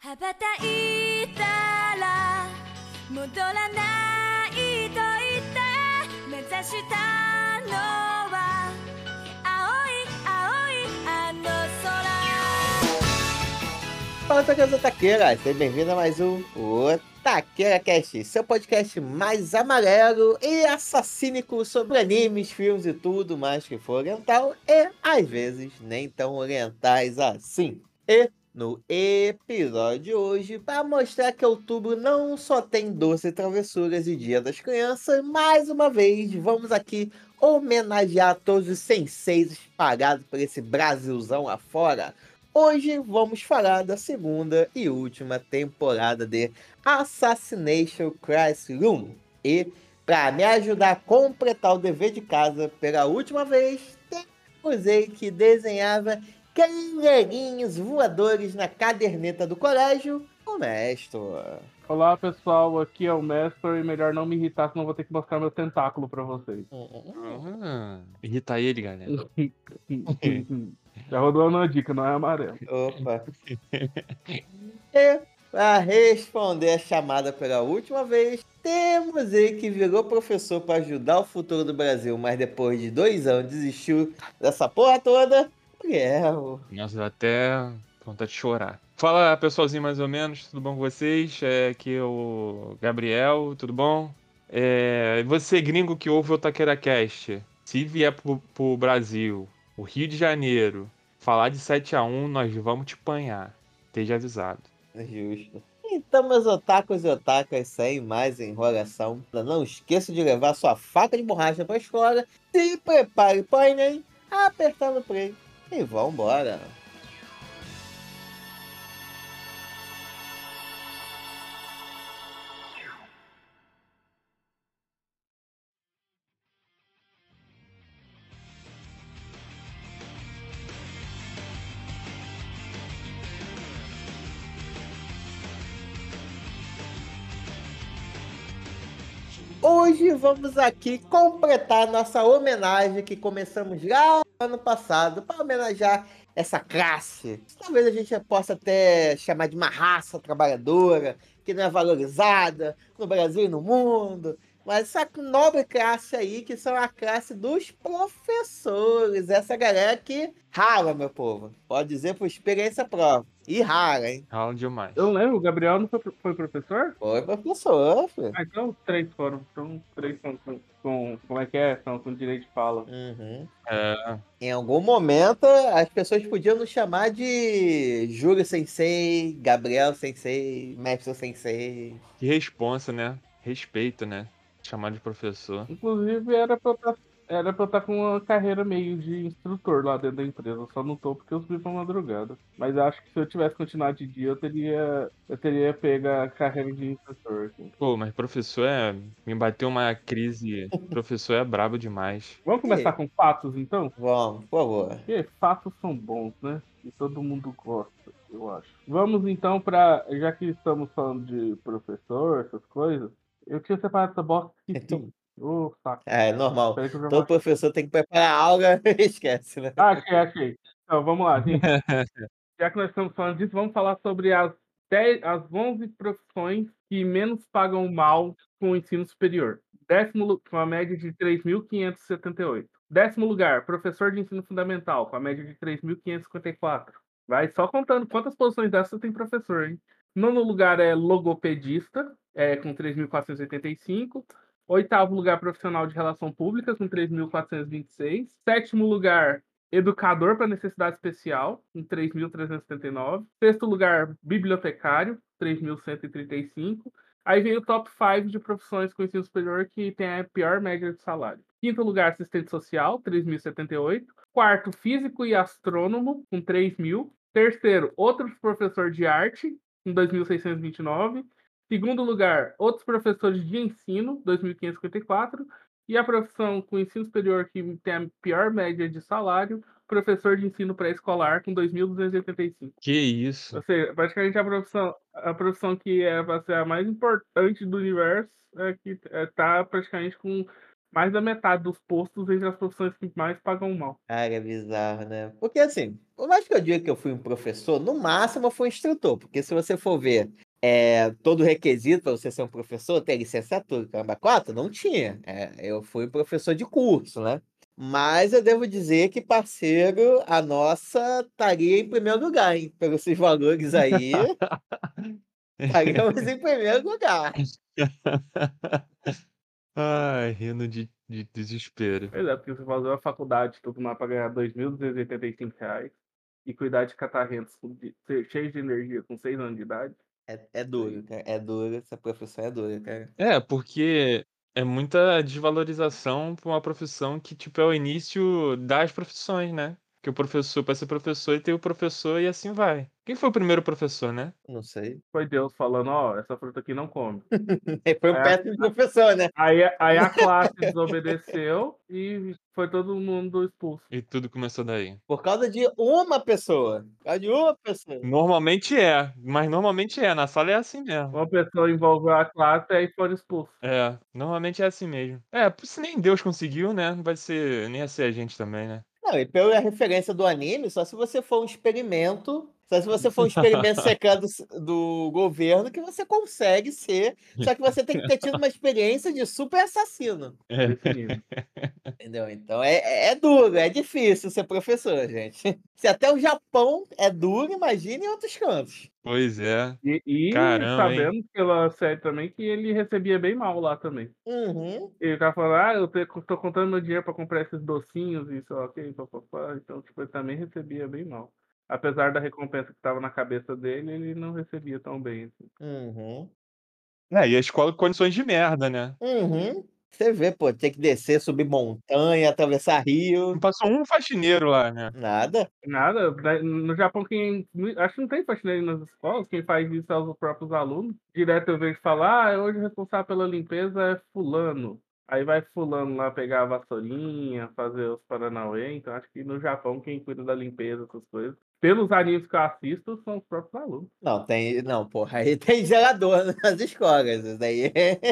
羽ばたいたら戻らないと言って目指したのは青い青いあの空。 Fala, Taqueiras Otaqueiras, seja bem-vindo a mais um Otaqueira Cast, seu podcast mais amarelo e assassínico sobre animes, filmes e tudo mais que for oriental e, às vezes, nem tão orientais assim. E no episódio de hoje, para mostrar que outubro não só tem doce travessuras e Dia das Crianças, mais uma vez vamos aqui homenagear todos os senseis espalhados por esse Brasilzão afora. Hoje vamos falar da segunda e última temporada de Assassination Classroom. E para me ajudar a completar o dever de casa pela última vez, temos ele que desenhava cangarinhos voadores na caderneta do colégio, o mestre. Olá pessoal, aqui é o Mestre e melhor não me irritar, senão vou ter que mostrar meu tentáculo pra vocês. Irrita ele, galera. Já rodou uma dica, não é amarelo. Opa. E para responder a chamada pela última vez, temos ele que virou professor para ajudar o futuro do Brasil, mas depois de 2 anos desistiu dessa porra toda, Gabriel. Nossa, dá até vontade de chorar. Fala, pessoalzinho, mais ou menos, tudo bom com vocês? Aqui é o Gabriel, tudo bom? Você, gringo que ouve o Taquera Cast, se vier pro Brasil, o Rio de Janeiro, falar de 7-1, nós vamos te apanhar. Esteja avisado. Justo. Então, meus otakus e otakas, sem mais enrolação, não esqueça de levar sua faca de borracha para a escola, se prepare para o Enem, apertando o play e vambora. Hoje vamos aqui completar nossa homenagem que começamos lá no ano passado para homenagear essa classe. Talvez a gente possa até chamar de uma raça trabalhadora que não é valorizada no Brasil e no mundo. Mas essa nobre classe aí, que são a classe dos professores. Essa galera que rala, meu povo. Pode dizer por experiência própria. E rala, hein? Rala demais. Eu lembro, o Gabriel não foi professor? Foi professor, filho. Ah, então os três foram. Então os três são com como é que é? São com direito de fala. Uhum. É, Em algum momento, as pessoas podiam nos chamar de Júlio Sensei, Gabriel Sensei, Mestre Sensei. que responsa, né? Respeito, né? Chamar de professor. Inclusive era pra eu estar com uma carreira meio de instrutor lá dentro da empresa. Eu só não tô porque eu subi pra madrugada. Mas acho que se eu tivesse continuado de dia, eu teria pego a carreira de instrutor. Assim. Pô, mas professor me bateu uma crise. Professor é brabo demais. Vamos começar com fatos, então? Vamos, por favor. Porque fatos são bons, né? E todo mundo gosta, eu acho. Vamos então para, já que estamos falando de professor, essas coisas, eu tinha separado essa bosta e Então- esqueci. Ô, saco. É normal. Peraí que eu já Todo vou... professor tem que preparar a aula e esquece, né? Achei. Então, vamos lá, gente. Já que nós estamos falando disso, vamos falar sobre as 11 profissões que menos pagam mal com o ensino superior. Com a média de 3.578. 10º lugar, professor de ensino fundamental, com a média de 3.554. Vai só contando quantas posições dessas tem professor, hein? 9º lugar é logopedista, com 3.485. 8º lugar, profissional de relação pública, com 3.426. 7º lugar, educador para necessidade especial, em 3.379. 6º lugar, bibliotecário, 3.135. Aí vem o top 5 de profissões com ensino superior que tem a pior média de salário. 5º lugar, assistente social, 3.078. 4º, físico e astrônomo, com 3.000. 3º, outro professor de arte, com 2.629. 2º lugar, outros professores de ensino, 2.554. E a profissão com ensino superior que tem a pior média de salário, professor de ensino pré-escolar, com 2.285. Que isso? Ou seja, praticamente a profissão que é para ser a mais importante do universo é que está praticamente com mais da metade dos postos entre as profissões que mais pagam mal. Cara, é bizarro, né? Porque assim, por mais que eu diga que eu fui um professor, no máximo eu fui um instrutor. Porque se você for ver todo o requisito para você ser um professor, tem licenciatura, caramba, 4? Não tinha. Eu fui professor de curso, né? Mas eu devo dizer que, parceiro, a nossa estaria em primeiro lugar, hein? Pelos esses valores aí, estaríamos em primeiro lugar. Ai, rindo de desespero. Pois é, porque você fazer uma faculdade, tudo mais para ganhar R$ 2.285 e cuidar de catarrentos cheios de energia com 6 anos de idade. É duro, cara. É duro. Essa profissão é dura, cara. Porque é muita desvalorização pra uma profissão que, tipo, é o início das profissões, né? Que o professor, para ser professor, ele tem o professor e assim vai. Quem foi o primeiro professor, né? Não sei. Foi Deus falando, ó, essa fruta aqui não come. Foi um Aí a, péssimo professor, né? aí a classe desobedeceu e foi todo mundo expulso. E tudo começou daí. Por causa de uma pessoa. Por causa de uma pessoa. Normalmente mas normalmente na sala é assim mesmo. Uma pessoa envolveu a classe e aí foram expulsos. Normalmente é assim mesmo. Se nem Deus conseguiu, né? Não vai ser, nem ia ser a gente também, né? Não, e pela referência do anime, só se você for um experimento. Só se você for um experimento secreto do governo que você consegue ser. Só que você tem que ter tido uma experiência de super assassino. Desse nível. Entendeu? Então é duro, é difícil ser professor, gente. Se até o Japão é duro, imagine em outros cantos. Pois é. E Caramba, hein? sabemos pela série também que ele recebia bem mal lá também. Uhum. Ele tava falando, eu tô contando meu dinheiro pra comprar esses docinhos e isso, ok, papapá. Então, tipo, ele também recebia bem mal. Apesar da recompensa que tava na cabeça dele, ele não recebia tão bem. Assim. Uhum. E a escola com condições de merda, né? Uhum. Você vê, pô, ter que descer, subir montanha, atravessar rio. Não passou um faxineiro lá, né? Nada. Nada, no Japão acho que não tem faxineiro nas escolas, quem faz isso é os próprios alunos. Direto eu vejo falar, hoje o responsável pela limpeza é fulano. Aí vai fulano lá pegar a vassourinha, fazer os paranauê. Então acho que no Japão quem cuida da limpeza, essas coisas, pelos animes que eu assisto, são os próprios alunos. Não, tem. Não, porra, aí tem zelador nas escolas. Isso daí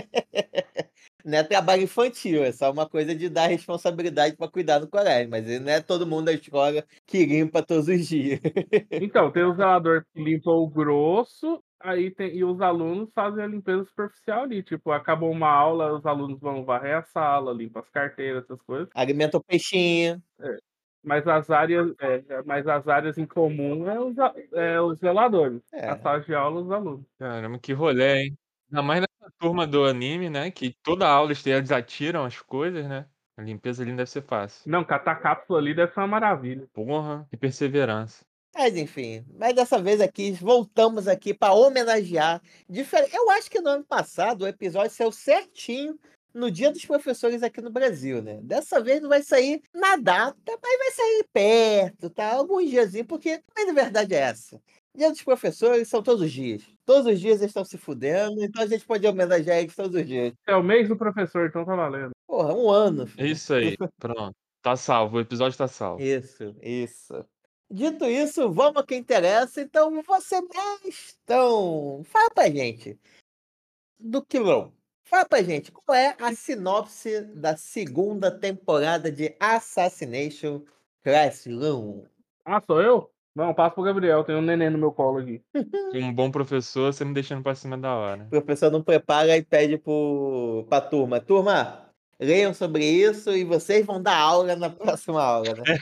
não é trabalho infantil, é só uma coisa de dar responsabilidade para cuidar do colégio. Mas não é todo mundo da escola que limpa todos os dias. Então, tem o zelador que limpa o grosso, e os alunos fazem a limpeza superficial ali. Tipo, acabou uma aula, os alunos vão varrer a sala, limpar as carteiras, essas coisas. Alimenta o peixinho. Mas mas as áreas em comum os zeladores. É. A sala de aula, os alunos. Caramba, que rolê, hein? Ainda mais nessa turma do anime, né? Que toda aula eles atiram as coisas, né? A limpeza ali não deve ser fácil. Não, catar cápsula ali deve ser uma maravilha. Porra, que perseverança. Mas enfim, mas dessa vez aqui, voltamos aqui para homenagear. Eu acho que no ano passado o episódio saiu certinho no Dia dos Professores aqui no Brasil, né? Dessa vez não vai sair na data, mas vai sair perto, tá? Alguns diazinhos, porque a verdade é essa. Dia dos Professores são todos os dias. Todos os dias eles estão se fudendo, então a gente pode homenagear eles todos os dias. É o mês do professor, então tá valendo. Porra, um ano, É filho. isso aí, pronto. Tá salvo, o episódio tá salvo. Isso. Dito isso, vamos ao que interessa. Então, você mestão, fala pra gente do Quilom. Fala pra gente, qual é a sinopse da segunda temporada de Assassination Classroom? Ah, sou eu? Não, passa pro Gabriel, tem um neném no meu colo aqui. Como um bom professor, você me deixando pra cima da hora. O professor não prepara e pede pra turma. Turma, leiam sobre isso e vocês vão dar aula na próxima aula, né?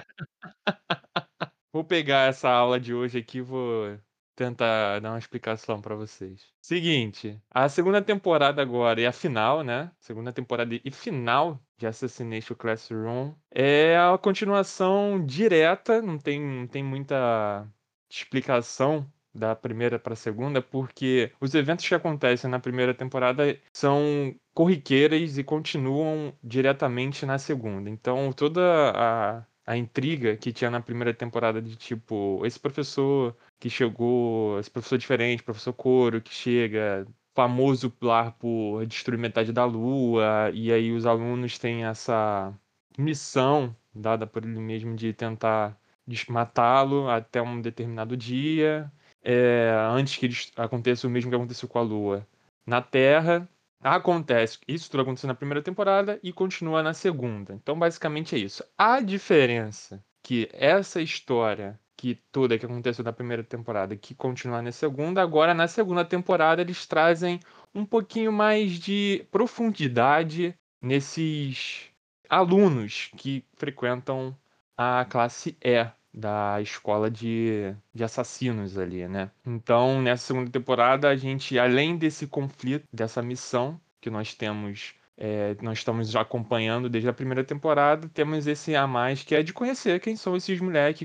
Vou pegar essa aula de hoje aqui e vou tentar dar uma explicação pra vocês. Seguinte, a segunda temporada agora e a final, né? Segunda temporada e final de Assassination Classroom é a continuação direta, não tem muita explicação da primeira para a segunda, porque os eventos que acontecem na primeira temporada são corriqueiras e continuam diretamente na segunda. Então, toda a intriga que tinha na primeira temporada de tipo, esse professor que chegou, esse professor diferente, professor Koro, que chega, famoso lá por destruir metade da lua, e aí os alunos têm essa missão dada por ele mesmo de tentar matá-lo até um determinado dia, antes que aconteça o mesmo que aconteceu com a lua na Terra. Acontece, isso tudo aconteceu na primeira temporada e continua na segunda. Então, basicamente é isso. A diferença que essa história que toda que aconteceu na primeira temporada, que continua na segunda, agora na segunda temporada eles trazem um pouquinho mais de profundidade nesses alunos que frequentam a classe E da escola de assassinos ali, né? Então, nessa segunda temporada, a gente, além desse conflito, dessa missão que nós temos, nós estamos já acompanhando desde a primeira temporada, temos esse a mais que é de conhecer quem são esses moleques,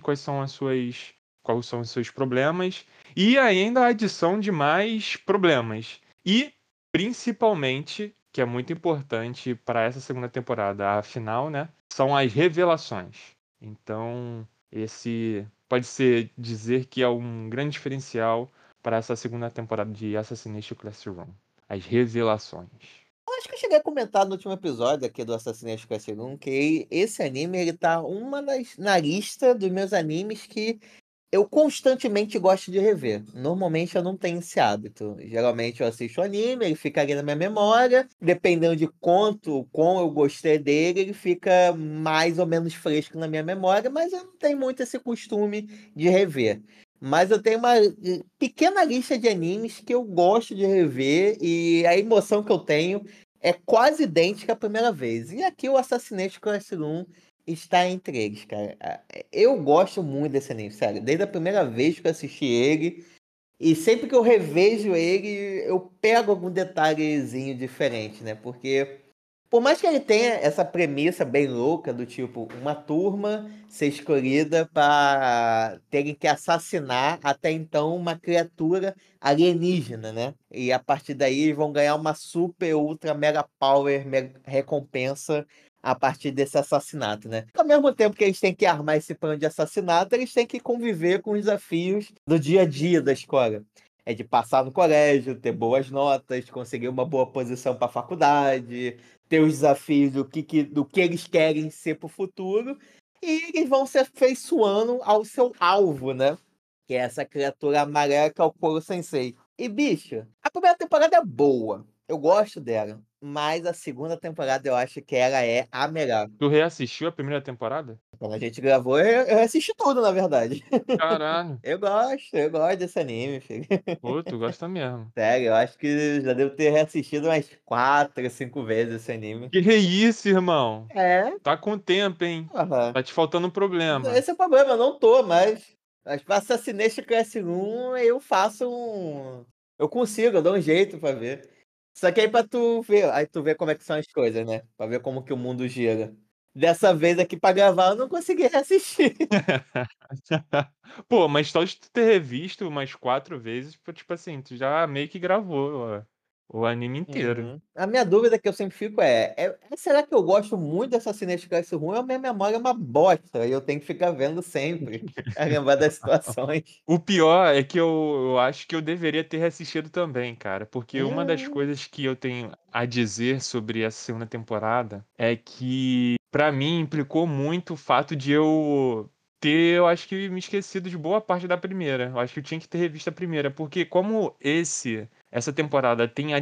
quais são os seus problemas, e ainda a adição de mais problemas. E, principalmente, que é muito importante para essa segunda temporada, a final, né? São as revelações. Então, esse pode ser dizer que é um grande diferencial para essa segunda temporada de Assassination Classroom. As revelações. Acho que eu cheguei a comentar no último episódio aqui do Assassination Classroom que esse anime, ele tá na lista dos meus animes que eu constantemente gosto de rever. Normalmente eu não tenho esse hábito. Geralmente eu assisto o anime, ele fica ali na minha memória. Dependendo de quão eu gostei dele, ele fica mais ou menos fresco na minha memória, mas eu não tenho muito esse costume de rever. Mas eu tenho uma pequena lista de animes que eu gosto de rever e a emoção que eu tenho é quase idêntica à primeira vez. E aqui o Assassination Classroom está entre eles, cara. Eu gosto muito desse anime, sério. Desde a primeira vez que eu assisti ele, e sempre que eu revejo ele, eu pego algum detalhezinho diferente, né? Porque, por mais que ele tenha essa premissa bem louca do tipo, uma turma ser escolhida para terem que assassinar até então uma criatura alienígena, né? E a partir daí eles vão ganhar uma super, ultra, mega power, recompensa a partir desse assassinato, né? Ao mesmo tempo que eles têm que armar esse plano de assassinato, eles têm que conviver com os desafios do dia a dia da escola. É de passar no colégio, ter boas notas, conseguir uma boa posição para a faculdade, ter os desafios do que eles querem ser para o futuro, e eles vão se afeiçoando ao seu alvo, né? Que é essa criatura amarela que é o Koro Sensei. E, bicho, a primeira temporada é boa. Eu gosto dela. Mas a segunda temporada eu acho que ela é a melhor. Tu reassistiu a primeira temporada? Quando a gente gravou, eu assisti tudo, na verdade. Caralho. Eu gosto desse anime, filho. Pô, tu gosta mesmo. Sério, eu acho que já devo ter reassistido umas 4, 5 vezes esse anime. Que isso, irmão? É, Tá com tempo, hein? porra. Tá te faltando um problema. Esse é o problema, eu não tô, mas pra Assassination Classroom eu faço um. Eu consigo, eu dou um jeito pra ver. Só que aí pra tu ver, aí tu vê como é que são as coisas, né? Pra ver como que o mundo gira. Dessa vez aqui pra gravar eu não consegui reassistir. Pô, mas só de tu ter revisto umas 4 vezes, tipo assim, tu já meio que gravou o anime inteiro. Uhum. A minha dúvida que eu sempre fico será que eu gosto muito dessa Assassination Classroom ou a minha memória é uma bosta e eu tenho que ficar vendo sempre pra lembrar das situações? O pior é que eu acho que eu deveria ter reassistido também, cara, porque uma das Hum, coisas que eu tenho a dizer sobre a segunda temporada é que, pra mim, implicou muito o fato de eu acho que me esquecido de boa parte da primeira. Eu acho que eu tinha que ter revisto a primeira, porque como essa temporada tem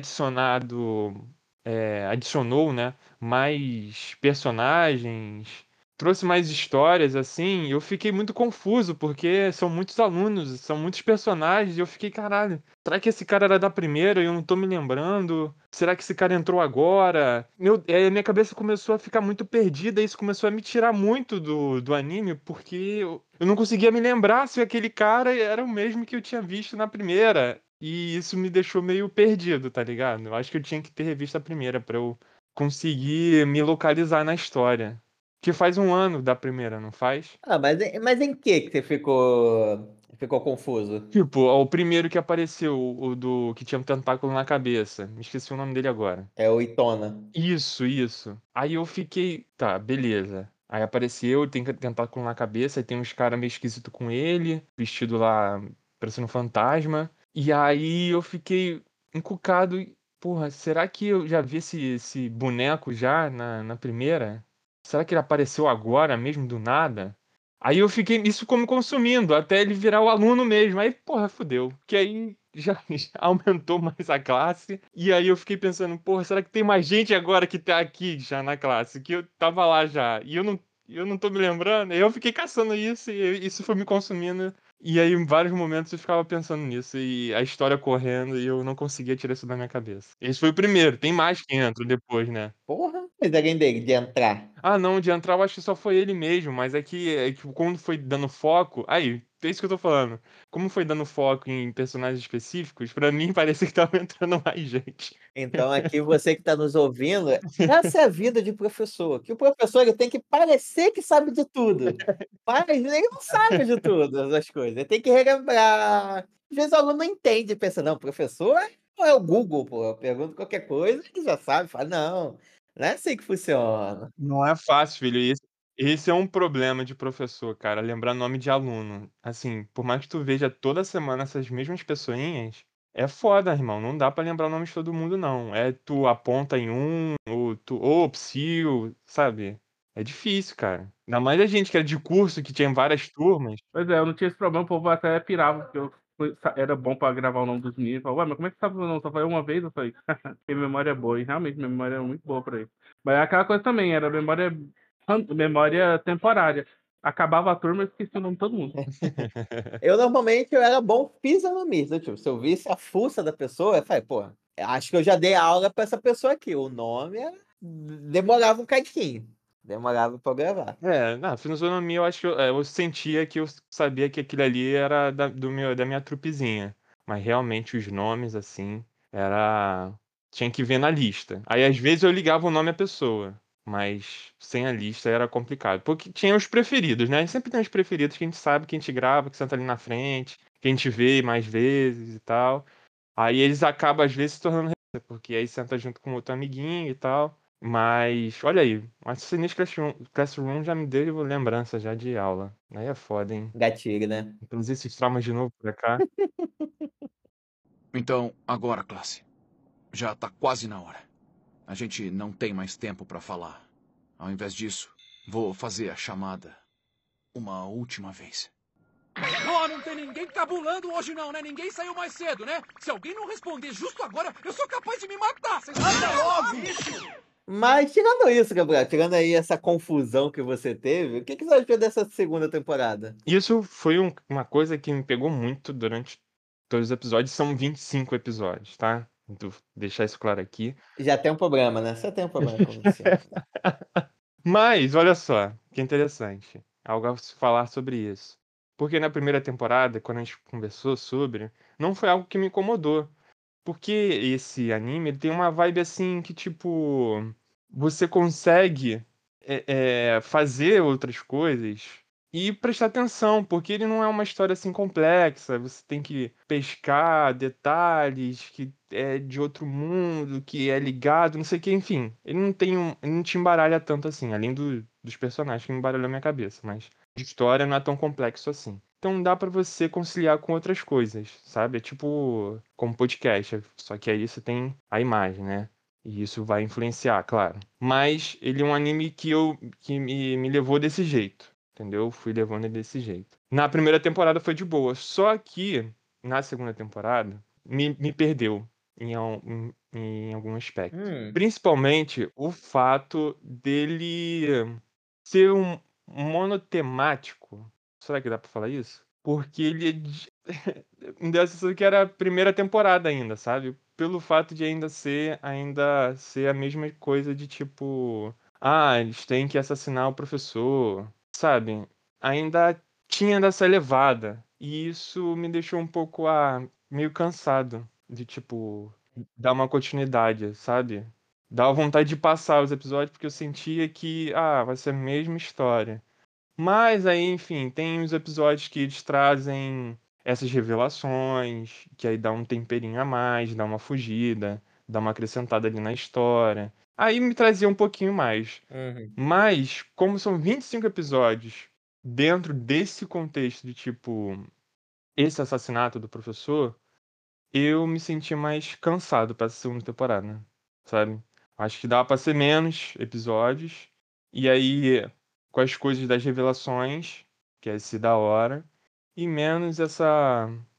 adicionou, né, mais personagens, trouxe mais histórias, assim, eu fiquei muito confuso, porque são muitos alunos, são muitos personagens, e eu fiquei, caralho, será que esse cara era da primeira e eu não tô me lembrando? Será que esse cara entrou agora? Minha cabeça começou a ficar muito perdida, e isso começou a me tirar muito do anime, porque eu não conseguia me lembrar se aquele cara era o mesmo que eu tinha visto na primeira. E isso me deixou meio perdido, tá ligado? Eu acho que eu tinha que ter revisto a primeira pra eu conseguir me localizar na história. Que faz um ano da primeira, não faz? mas em que você ficou confuso? Tipo, ó, o primeiro que apareceu, o do que tinha um tentáculo na cabeça. Me esqueci o nome dele agora. É o Itona. Isso. Aí eu fiquei, tá, beleza. Aí apareceu, tem tentáculo na cabeça, aí tem uns caras meio esquisito com ele, vestido lá, parecendo um fantasma. E aí eu fiquei encucado. Porra, será que eu já vi esse boneco já na primeira? Será que ele apareceu agora mesmo do nada? Aí eu fiquei isso como consumindo, até ele virar o aluno mesmo. Aí, porra, fudeu. Que aí já aumentou mais a classe. E aí eu fiquei pensando, porra, será que tem mais gente agora que tá aqui já na classe? Que eu tava lá já. E eu não tô me lembrando. E eu fiquei caçando isso e isso foi me consumindo. E aí, em vários momentos, eu ficava pensando nisso. E a história correndo e eu não conseguia tirar isso da minha cabeça. Esse foi o primeiro. Tem mais que entram depois, né? Porra, mas alguém dele de entrar. Ah, não, de entrar eu acho que só foi ele mesmo, mas é que quando foi dando foco. Aí, é isso que eu tô falando. Como foi dando foco em personagens específicos, pra mim parecia que tava entrando mais gente. Então, aqui você que está nos ouvindo, essa é a vida de professor. Que o professor ele tem que parecer que sabe de tudo, mas ele não sabe de todas as coisas. Ele tem que relembrar. Às vezes o aluno não entende, pensa, não, professor não é o Google, pô. Eu pergunto qualquer coisa, ele já sabe. Fala, não é assim que funciona. Não é fácil, filho. Esse é um problema de professor, cara, lembrar nome de aluno. Assim, por mais que tu veja toda semana essas mesmas pessoinhas, é foda, irmão. Não dá pra lembrar o nome de todo mundo, não. É tu aponta em um, ou psil, sabe? É difícil, cara. Ainda mais a gente que era de curso, que tinha várias turmas. Pois é, eu não tinha esse problema, o povo até pirava, porque era bom pra gravar o nome dos meninos. Falava, ué, mas como é que você sabe o nome? Só foi uma vez? Eu falei, porque memória é boa. E realmente, minha memória é muito boa pra isso. Mas é aquela coisa também, era memória temporária. Acabava a turma, eu esqueci o nome de todo mundo. Eu normalmente eu era bom fisionomista. Tipo, se eu visse a fuça da pessoa, eu falei, pô, acho que eu já dei aula para essa pessoa aqui. O nome demorava um cadinho. Demorava para gravar. Na fisionomia eu acho que eu sentia que eu sabia que aquilo ali era da minha trupezinha. Mas realmente os nomes, assim, era. Tinha que ver na lista. Aí às vezes eu ligava o nome à pessoa, mas sem a lista era complicado. Porque tinha os preferidos, né? Sempre tem os preferidos que a gente sabe que a gente grava, que senta ali na frente, que a gente vê mais vezes e tal. Aí eles acabam às vezes se tornando referência, porque aí senta junto com outro amiguinho e tal. Mas, olha aí, Assassin's Classroom já me deu lembrança já de aula. Aí é foda, hein? Gatilho, né? Introduzir esses traumas de novo pra cá. Então, agora, classe. Já tá quase na hora. A gente não tem mais tempo pra falar. Ao invés disso, vou fazer a chamada uma última vez. Ó, não tem ninguém cabulando hoje não, né? Ninguém saiu mais cedo, né? Se alguém não responder justo agora, eu sou capaz de me matar. Vocês sabem logo, bicho! Mas tirando isso, Gabriel, tirando aí essa confusão que você teve, o que você achou dessa segunda temporada? Isso foi uma coisa que me pegou muito durante todos os episódios. São 25 episódios, tá? Vou deixar isso claro aqui. Já tem um problema, né? Você tem um problema com o Vicente. Mas, olha só, que interessante. Algo a se falar sobre isso. Porque na primeira temporada, quando a gente conversou sobre, não foi algo que me incomodou. Porque esse anime ele tem uma vibe assim que, tipo, você consegue fazer outras coisas e prestar atenção, porque ele não é uma história assim complexa. Você tem que pescar detalhes que é de outro mundo, que é ligado, não sei o que, enfim. Ele não te embaralha tanto assim, além dos personagens que embaralham a minha cabeça, mas a história não é tão complexo assim. Então dá pra você conciliar com outras coisas, sabe? É tipo como podcast, só que aí você tem a imagem, né? E isso vai influenciar, claro. Mas ele é um anime que me levou desse jeito, entendeu? Fui levando ele desse jeito. Na primeira temporada foi de boa, só que na segunda temporada me perdeu em algum aspecto. Principalmente o fato dele ser um monotemático. Será que dá pra falar isso? Porque ele me deu a sensação que era a primeira temporada ainda, sabe? Pelo fato de ainda ser a mesma coisa de tipo, eles têm que assassinar o professor, sabe? Ainda tinha dessa elevada. E isso me deixou um pouco meio cansado de tipo dar uma continuidade, sabe? Dava vontade de passar os episódios porque eu sentia que, vai ser a mesma história. Mas aí, enfim, tem os episódios que eles trazem essas revelações, que aí dá um temperinho a mais, dá uma fugida, dá uma acrescentada ali na história. Aí me trazia um pouquinho mais. Mas, como são 25 episódios dentro desse contexto de tipo, esse assassinato do professor, eu me senti mais cansado pra essa segunda temporada, sabe? Acho que dava pra ser menos episódios. E aí, com as coisas das revelações, que é esse da hora, e menos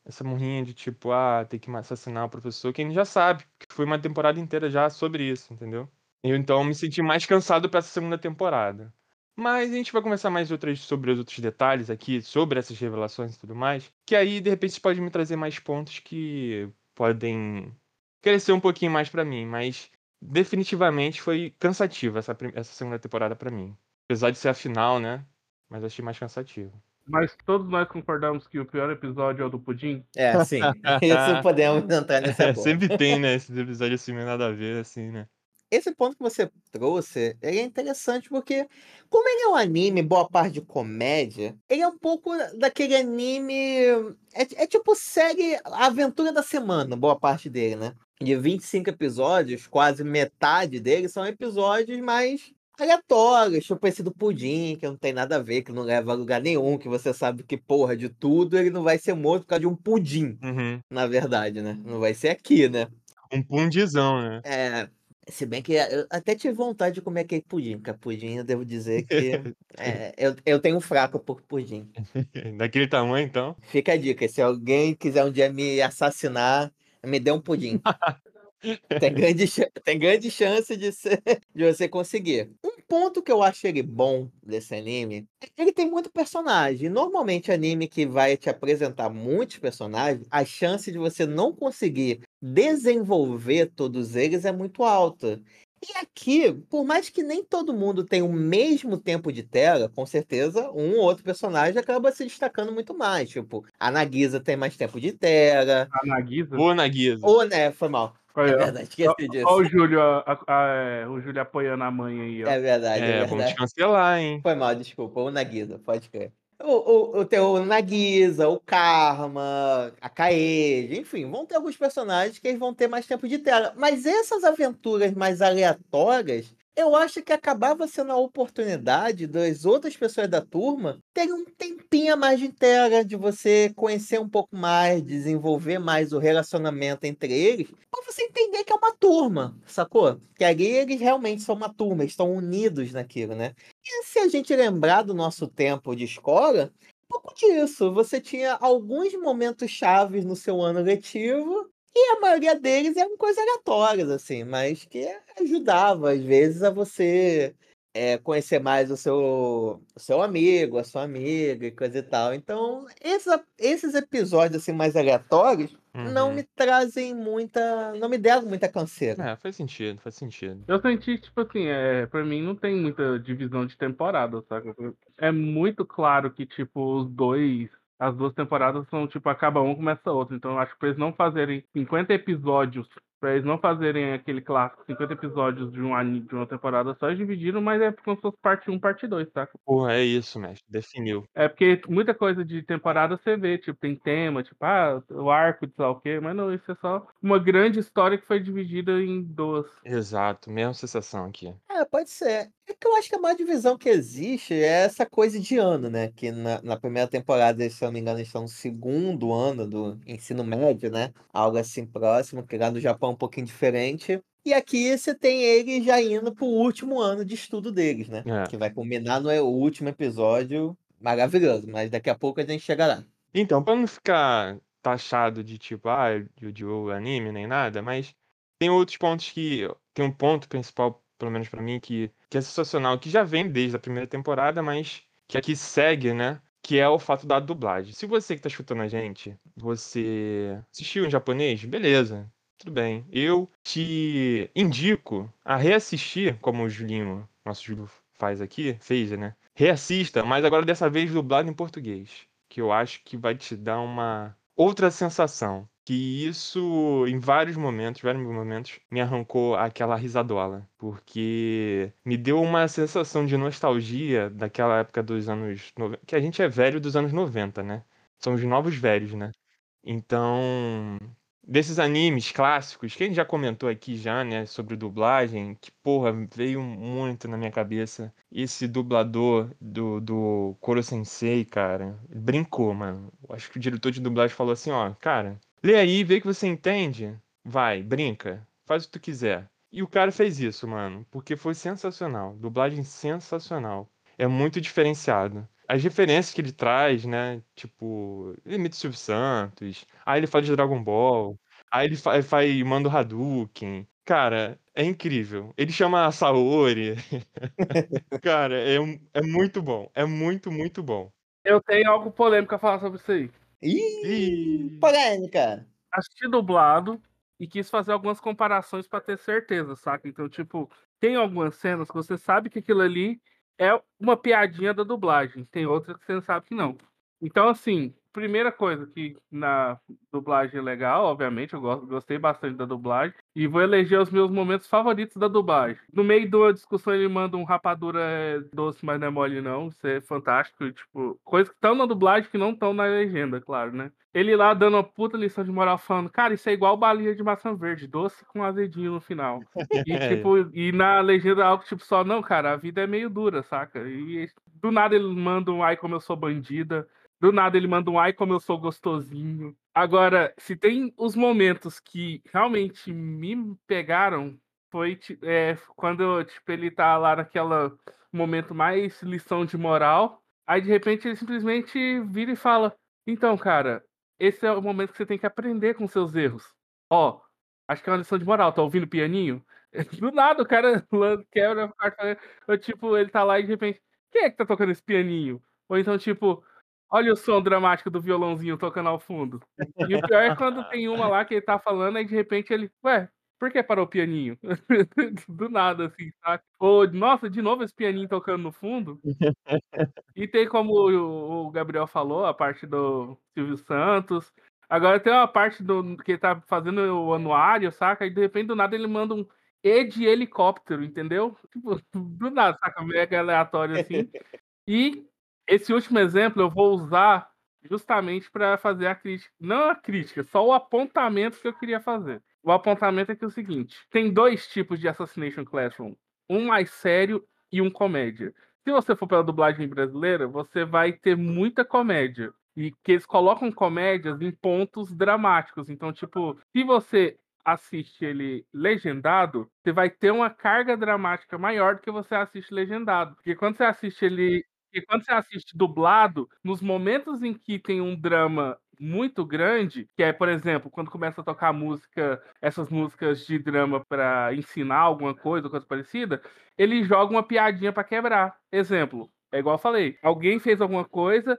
essa murrinha de tipo, tem que assassinar o professor, que a gente já sabe, que foi uma temporada inteira já sobre isso, entendeu? Então me senti mais cansado pra essa segunda temporada. Mas a gente vai conversar mais sobre os outros detalhes aqui, sobre essas revelações e tudo mais, que aí de repente pode me trazer mais pontos que podem crescer um pouquinho mais pra mim, mas definitivamente foi cansativa essa segunda temporada pra mim. Apesar de ser a final, né? Mas achei mais cansativo. Mas todos nós concordamos que o pior episódio é o do Pudim? Sim. Isso podemos entrar nesse acordo. Sempre tem, né? Esses episódios assim, meio nada a ver, assim, né? Esse ponto que você trouxe, ele é interessante porque, como ele é um anime, boa parte de comédia, ele é um pouco daquele anime. É tipo série A Aventura da Semana, boa parte dele, né? De 25 episódios, quase metade deles são episódios mais aleatórios, tipo esse do Pudim, que não tem nada a ver, que não leva a lugar nenhum, que você sabe que, porra, de tudo ele não vai ser morto por causa de um pudim, Uhum. na verdade, né? Não vai ser aqui, né? Um pundizão, né? Se bem que eu até tive vontade de comer aquele pudim, porque pudim eu devo dizer que eu tenho um fraco por pudim. Daquele tamanho, então. Fica a dica, se alguém quiser um dia me assassinar, me dê um pudim. Tem grande chance de você conseguir. Um ponto que eu acho ele bom desse anime é que ele tem muito personagem. Normalmente, anime que vai te apresentar muitos personagens, a chance de você não conseguir desenvolver todos eles é muito alta. E aqui, por mais que nem todo mundo tenha o mesmo tempo de tela, com certeza um ou outro personagem acaba se destacando muito mais. Tipo, a Nagisa tem mais tempo de tela. A Nagisa? Boa Nagisa. Ou, né, foi mal. Olha, É verdade, esqueci disso. Olha o Júlio, o Júlio apoiando a mãe aí, ó. É verdade, é Vamos verdade. cancelar, hein? Foi mal, desculpa. O Nagisa, pode crer. Tem o Nagisa, o Karma, a Kaede, enfim, vão ter alguns personagens que eles vão ter mais tempo de tela. Mas essas aventuras mais aleatórias, eu acho que acabava sendo a oportunidade das outras pessoas da turma terem um tempinho a mais de tela, de você conhecer um pouco mais, desenvolver mais o relacionamento entre eles, pra você entender que é uma turma, sacou? Que ali eles realmente são uma turma, eles estão unidos naquilo, né? E se a gente lembrar do nosso tempo de escola, um pouco disso. Você tinha alguns momentos chaves no seu ano letivo e a maioria deles eram coisas aleatórias, assim, mas que ajudava, às vezes, a você conhecer mais o seu amigo, a sua amiga e coisa e tal. Então, esses episódios assim, mais aleatórios não me trazem não me deram muita canseira. Faz sentido, faz sentido. Eu senti, tipo assim, pra mim não tem muita divisão de temporada, saca? É muito claro que, tipo, as duas temporadas são, tipo, acaba um, começa outro. Então eu acho que pra eles não fazerem 50 episódios, pra eles não fazerem aquele clássico, 50 episódios de uma temporada só, eles dividiram, mas é como se fosse parte 1, parte 2, saca? Porra, é isso, mestre. Definiu. É porque muita coisa de temporada você vê, tipo, tem tema, tipo, o arco de sei lá o quê, mas não, isso é só uma grande história que foi dividida em duas. Exato, mesma sensação aqui. Pode ser. É que eu acho que a maior divisão que existe é essa coisa de ano, né? Que na primeira temporada, se eu não me engano, eles estão no segundo ano do ensino médio, né? Algo assim próximo, que lá no Japão é um pouquinho diferente. E aqui você tem eles já indo pro último ano de estudo deles, né? Que vai culminar no último episódio maravilhoso, mas daqui a pouco a gente chega lá. Então, pra não ficar taxado de tipo, de anime nem nada, mas tem outros pontos que. Tem um ponto principal, pelo menos pra mim, que é sensacional, que já vem desde a primeira temporada, mas que aqui segue, né? Que é o fato da dublagem. Se você que tá escutando a gente, você assistiu em japonês, beleza, tudo bem. Eu te indico a reassistir, como o Julinho, nosso Júlio fez, né? Reassista, mas agora dessa vez dublado em português. Que eu acho que vai te dar uma outra sensação. Que isso, em vários momentos, me arrancou aquela risadola. Porque me deu uma sensação de nostalgia daquela época dos anos 90. Que a gente é velho dos anos 90, né? Somos novos velhos, né? Então, desses animes clássicos, que a gente já comentou aqui já, né, sobre dublagem, que, porra, veio muito na minha cabeça. Esse dublador do Koro Sensei, cara, brincou, mano. Acho que o diretor de dublagem falou assim, ó, cara, lê aí, vê que você entende, vai, brinca, faz o que tu quiser. E o cara fez isso, mano, porque foi sensacional, dublagem sensacional. É muito diferenciado. as referências que ele traz, né? Tipo, ele imita o Silvio Santos, aí ele fala de Dragon Ball, aí ele manda o Hadouken. Cara, é incrível. Ele chama a Saori. Cara, é muito bom. É muito, muito bom. Eu tenho algo polêmico a falar sobre isso aí. Ih, Ih, polêmica. Assisti dublado e quis fazer algumas comparações pra ter certeza, saca? Então, tipo, tem algumas cenas que você sabe que aquilo ali é uma piadinha da dublagem, tem outras que você sabe que não. Então, assim, primeira coisa que na dublagem é legal, obviamente, eu gostei bastante da dublagem e vou eleger os meus momentos favoritos da dublagem. No meio de uma discussão, ele manda um rapadura doce, mas não é mole, não. Isso é fantástico. E, tipo, coisas que estão na dublagem que não estão na legenda, claro, né? Ele lá dando uma puta lição de moral, falando, cara, isso é igual balinha de maçã verde, doce com azedinho no final. E, tipo, e na legenda algo tipo só, não, cara, a vida é meio dura, saca? E do nada ele manda um ai como eu sou bandida. Do nada ele manda um ai como eu sou gostosinho. Agora, se tem os momentos que realmente me pegaram, foi quando tipo, ele tá lá naquela momento mais lição de moral. Aí de repente ele simplesmente vira e fala: Então, cara, esse é o momento que você tem que aprender com seus erros. Ó, acho que é uma lição de moral, tá ouvindo o pianinho? Do nada o cara quebra a quarta, tipo, ele tá lá e de repente, quem é que tá tocando esse pianinho? Ou então, tipo, olha o som dramático do violãozinho tocando ao fundo. E o pior é quando tem uma lá que ele tá falando, aí de repente ele, ué, por que parou o pianinho? Do nada, assim, saca? Ou, nossa, de novo esse pianinho tocando no fundo. E tem como o Gabriel falou, a parte do Silvio Santos. Agora tem uma parte do que ele tá fazendo o anuário, saca? E de repente do nada ele manda um E de helicóptero, entendeu? Tipo, do nada, saca? Mega aleatório assim. E esse último exemplo eu vou usar justamente para fazer a crítica. Não a crítica, só o apontamento que eu queria fazer. O apontamento é que é o seguinte: tem dois tipos de Assassination Classroom. Um mais sério e um comédia. Se você for pela dublagem brasileira, você vai ter muita comédia. E que eles colocam comédias em pontos dramáticos. Então, tipo, se você assiste ele legendado, você vai ter uma carga dramática maior do que você assiste legendado. Porque quando você assiste ele. E quando você assiste dublado, nos momentos em que tem um drama muito grande, que é, por exemplo, quando começa a tocar música, essas músicas de drama para ensinar alguma coisa parecida, ele joga uma piadinha para quebrar. Exemplo, é igual eu falei, alguém fez alguma coisa,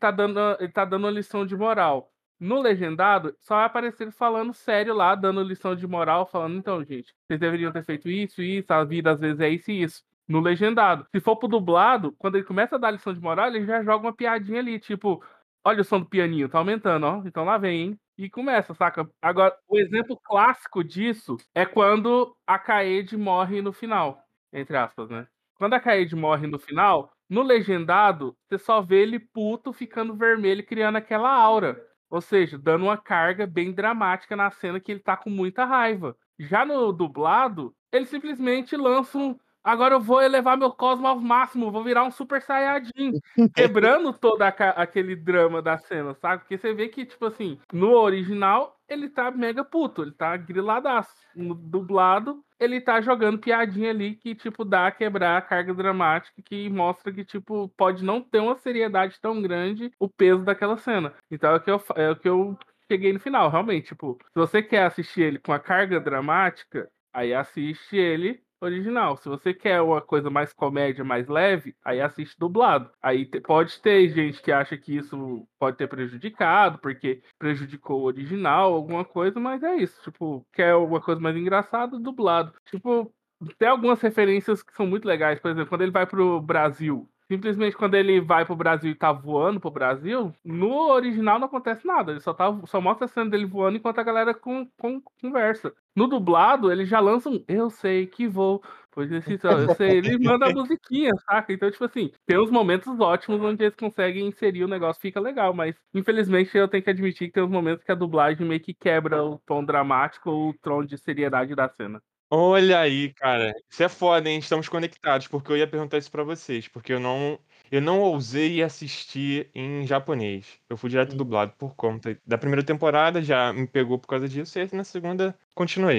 ele tá dando uma lição de moral. No legendado, só vai aparecer ele falando sério lá, dando lição de moral, falando, então, gente, vocês deveriam ter feito isso, a vida às vezes é isso e isso. No legendado. Se for pro dublado, quando ele começa a dar lição de moral, ele já joga uma piadinha ali, tipo, olha o som do pianinho, tá aumentando, ó. Então lá vem, hein? E começa, saca? Agora, o exemplo clássico disso é quando a Kaede morre no final, entre aspas, né? Quando a Kaede morre no final, no legendado, você só vê ele puto, ficando vermelho, e criando aquela aura. Ou seja, dando uma carga bem dramática na cena que ele tá com muita raiva. Já no dublado, ele simplesmente lança um. Agora eu vou elevar meu cosmo ao máximo, vou virar um super saiyajin, quebrando todo aquele drama da cena, sabe? Porque você vê que, tipo assim, no original ele tá mega puto, ele tá griladaço. No dublado, ele tá jogando piadinha ali que, tipo, dá a quebrar a carga dramática que mostra que, tipo, pode não ter uma seriedade tão grande o peso daquela cena. Então é o que eu cheguei no final, realmente, tipo, se você quer assistir ele com a carga dramática, aí assiste ele original. Se você quer uma coisa mais comédia, mais leve, aí assiste dublado. Aí pode ter gente que acha que isso pode ter prejudicado, porque prejudicou o original, alguma coisa, mas é isso. Tipo, quer uma coisa mais engraçada, dublado. Tipo, tem algumas referências que são muito legais. Por exemplo, quando ele vai pro Brasil. Simplesmente quando ele vai pro Brasil e tá voando pro Brasil, no original não acontece nada. Ele só mostra a cena dele voando enquanto a galera conversa. No dublado, ele já lança um Eu sei que vou, pois esse só eu sei. Ele manda a musiquinha, saca? Então, tipo assim, tem uns momentos ótimos onde eles conseguem inserir o negócio, fica legal. Mas, infelizmente, eu tenho que admitir que tem uns momentos que a dublagem meio que quebra o tom dramático ou o tom de seriedade da cena. Olha aí, cara. Isso é foda, hein? Estamos conectados, porque eu ia perguntar isso pra vocês, porque eu não ousei assistir em japonês. Eu fui direto dublado por conta da primeira temporada, já me pegou por causa disso, e na segunda continuei.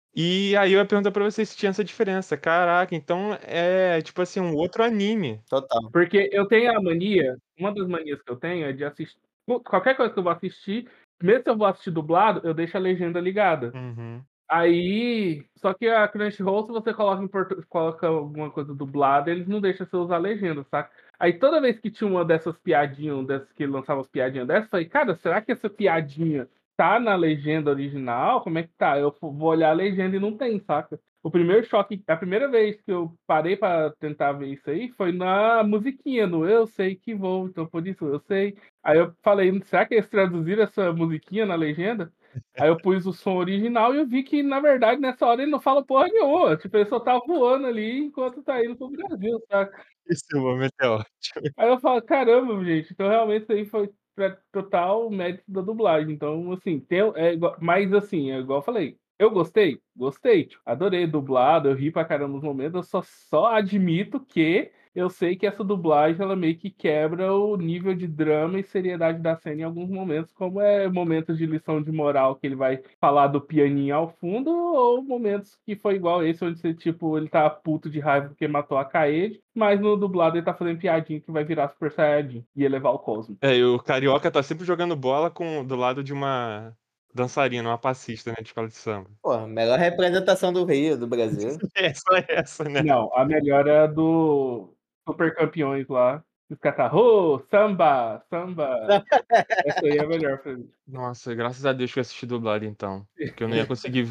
E aí eu ia perguntar pra vocês se tinha essa diferença. Caraca, então é tipo assim, um outro anime. Total. Porque eu tenho a mania, uma das manias que eu tenho é de assistir. Qualquer coisa que eu vou assistir, mesmo se eu vou assistir dublado, eu deixo a legenda ligada. Uhum. Aí, só que a Crunchyroll, se você coloca alguma coisa dublada, eles não deixam você usar a legenda, saca? Aí toda vez que tinha uma dessas piadinhas, dessas que lançava as piadinhas dessas, eu falei, cara, será que essa piadinha tá na legenda original? Como é que tá? Eu vou olhar a legenda e não tem, saca? O primeiro choque, a primeira vez que eu parei pra tentar ver isso aí foi na musiquinha, no Eu Sei Que Vou, então por isso eu sei. Aí eu falei, será que eles traduziram essa musiquinha na legenda? Aí eu pus o som original e eu vi que, na verdade, nessa hora ele não fala porra nenhuma. Tipo, ele só tá voando ali enquanto tá indo pro Brasil, saca? Esse momento é ótimo. Aí eu falo, caramba, gente, então realmente isso aí foi pra total mérito da dublagem. Então, assim, mas assim, é igual eu falei, eu gostei, tipo, adorei dublado, eu ri pra caramba nos momentos, eu só admito que eu sei que essa dublagem ela meio que quebra o nível de drama e seriedade da cena em alguns momentos, como é momentos de lição de moral que ele vai falar do pianinho ao fundo, ou momentos que foi igual esse, onde você, tipo, ele tá puto de raiva porque matou a Kaede, mas no dublado ele tá fazendo piadinha que vai virar Super Saiyajin e elevar o cosmo. É, e o Carioca tá sempre jogando bola do lado de uma dançarina, uma passista, né, de escola de samba. Pô, melhor representação do Rio, do Brasil. É só essa, né? Não, a melhor é a do Super Campeões lá. Os catarro, samba, samba. Essa aí é a melhor pra mim. Nossa, graças a Deus que eu assisti dublado então. Porque eu não ia conseguir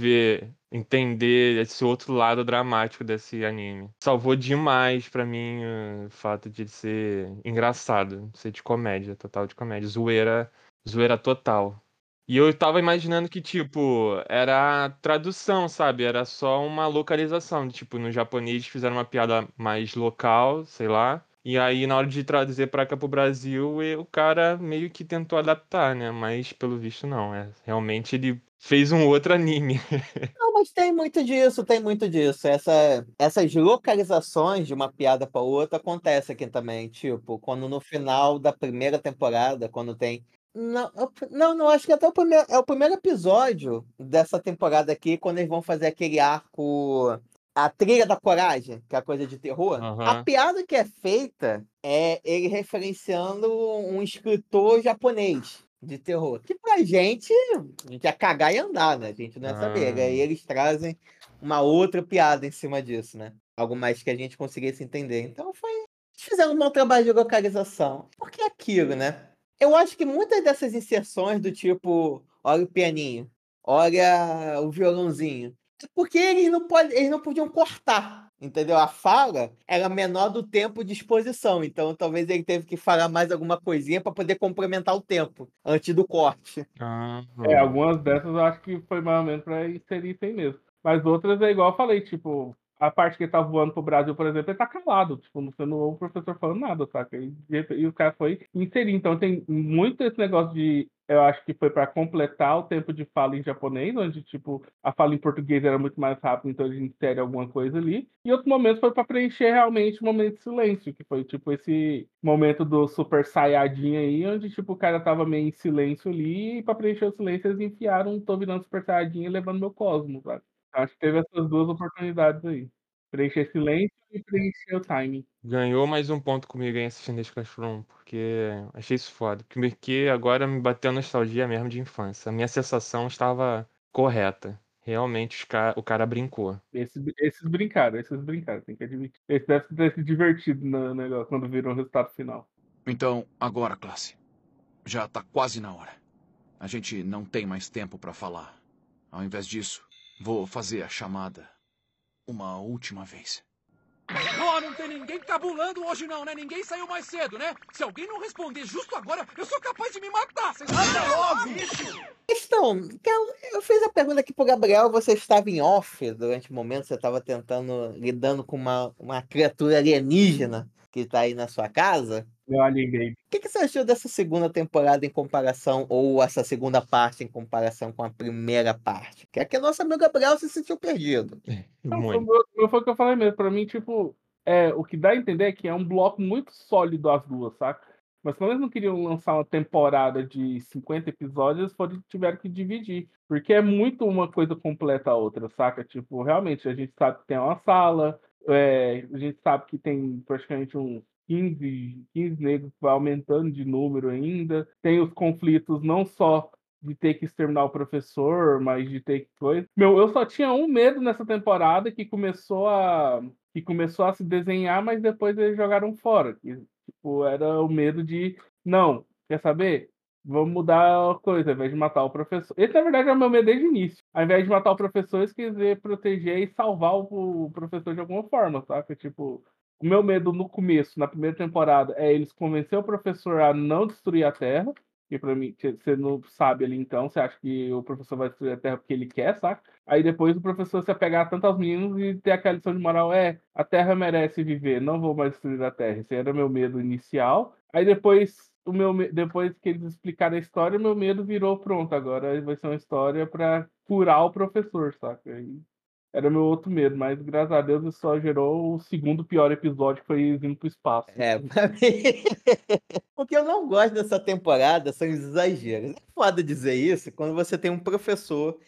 entender esse outro lado dramático desse anime. Salvou demais pra mim o fato de ser engraçado, ser de comédia, total de comédia. Zoeira total. E eu tava imaginando que, tipo, era a tradução, sabe? Era só uma localização. Tipo, no japonês fizeram uma piada mais local, sei lá. E aí, na hora de traduzir pra cá pro Brasil, o cara meio que tentou adaptar, né? Mas, pelo visto, não. Realmente ele fez um outro anime. Não, mas tem muito disso, tem muito disso. Essas localizações de uma piada para outra acontece aqui também. Tipo, quando no final da primeira temporada, quando tem. Não, não, acho que até é o primeiro episódio dessa temporada aqui, quando eles vão fazer aquele arco. A Trilha da Coragem, que é a coisa de terror. A Aham. piada que é feita é ele referenciando um escritor japonês de terror. Que pra gente ia cagar e andar, né? A gente não ia saber. E Ah. aí eles trazem uma outra piada em cima disso, né? Algo mais que a gente conseguisse entender. Então foi. Eles fizeram um bom trabalho de localização. Porque é aquilo, né? Eu acho que muitas dessas inserções do tipo, olha o pianinho, olha o violãozinho. É porque eles não podiam cortar. Entendeu? A fala era menor do tempo de exposição. Então talvez ele teve que falar mais alguma coisinha para poder complementar o tempo antes do corte. Ah. Algumas dessas eu acho que foi mais ou menos pra inserir isso aí mesmo. Mas outras é igual eu falei, tipo, a parte que ele tá voando pro Brasil, por exemplo, ele tá calado. Tipo, você não ouve o professor falando nada, saca? E o cara foi inserir. Então tem muito esse negócio de. Eu acho que foi pra completar o tempo de fala em japonês, onde, tipo, a fala em português era muito mais rápida, então a gente insere alguma coisa ali. E outros momentos foi pra preencher realmente o momento de silêncio, que foi, tipo, esse momento do Super Saiyajin aí, onde, tipo, o cara tava meio em silêncio ali, e pra preencher o silêncio eles enfiaram, tô virando Super Saiyajin e levando meu cosmos, sabe? Acho que teve essas duas oportunidades aí. Preencher silêncio e preencher o timing. Ganhou mais um ponto comigo em assistindo esse Classroom, porque achei isso foda. Porque agora me bateu a nostalgia mesmo de infância. A minha sensação estava correta. Realmente o cara brincou. Esses brincaram, tem que admitir. Esse deve ter se divertido no negócio, quando viram o resultado final. Então, agora, classe. Já tá quase na hora. A gente não tem mais tempo para falar. Ao invés disso, vou fazer a chamada uma última vez. Ó, não tem ninguém cabulando hoje não, né? Ninguém saiu mais cedo, né? Se alguém não responder justo agora, eu sou capaz de me matar. Vocês matam logo, bicho! Então, eu fiz a pergunta aqui pro Gabriel, você estava em off durante o momento, você estava lidando com uma criatura alienígena que está aí na sua casa. Meu Alien Baby. O que você achou dessa segunda temporada em comparação, ou essa segunda parte em comparação com a primeira parte? Que é que o nosso amigo Gabriel se sentiu perdido. Não, Muito. foi o que eu falei mesmo. Pra mim, tipo, o que dá a entender é que é um bloco muito sólido as duas, saca? Mas como eles não queriam lançar uma temporada de 50 episódios, tiveram que dividir. Porque é muito uma coisa completa a outra, saca? Tipo, realmente, a gente sabe que tem uma sala, a gente sabe que tem praticamente uns 15 negros, vai aumentando de número ainda. Tem os conflitos não só de ter que exterminar o professor, mas de ter que coisa. Meu, eu só tinha um medo nessa temporada que começou a se desenhar, mas depois eles jogaram fora. Que, tipo, era o medo de, não, quer saber? Vamos mudar a coisa, ao invés de matar o professor. Esse, na verdade, é o meu medo desde o início. Ao invés de matar o professor, eles quiser proteger e salvar o professor de alguma forma, saca? Tipo, o meu medo no começo, na primeira temporada, é eles convencer o professor a não destruir a Terra. E pra mim, você não sabe ali então, você acha que o professor vai destruir a Terra porque ele quer, saca? Aí depois o professor se apegar tanto aos meninos e ter aquela lição de moral, a Terra merece viver, não vou mais destruir a Terra. Esse era o meu medo inicial. Aí depois que eles explicaram a história, o meu medo virou pronto, agora vai ser uma história pra curar o professor, saca? Aí era o meu outro medo, mas graças a Deus isso só gerou o segundo pior episódio, que foi eles indo pro espaço. Pra mim. O que eu não gosto dessa temporada são os exageros. É foda dizer isso quando você tem um professor,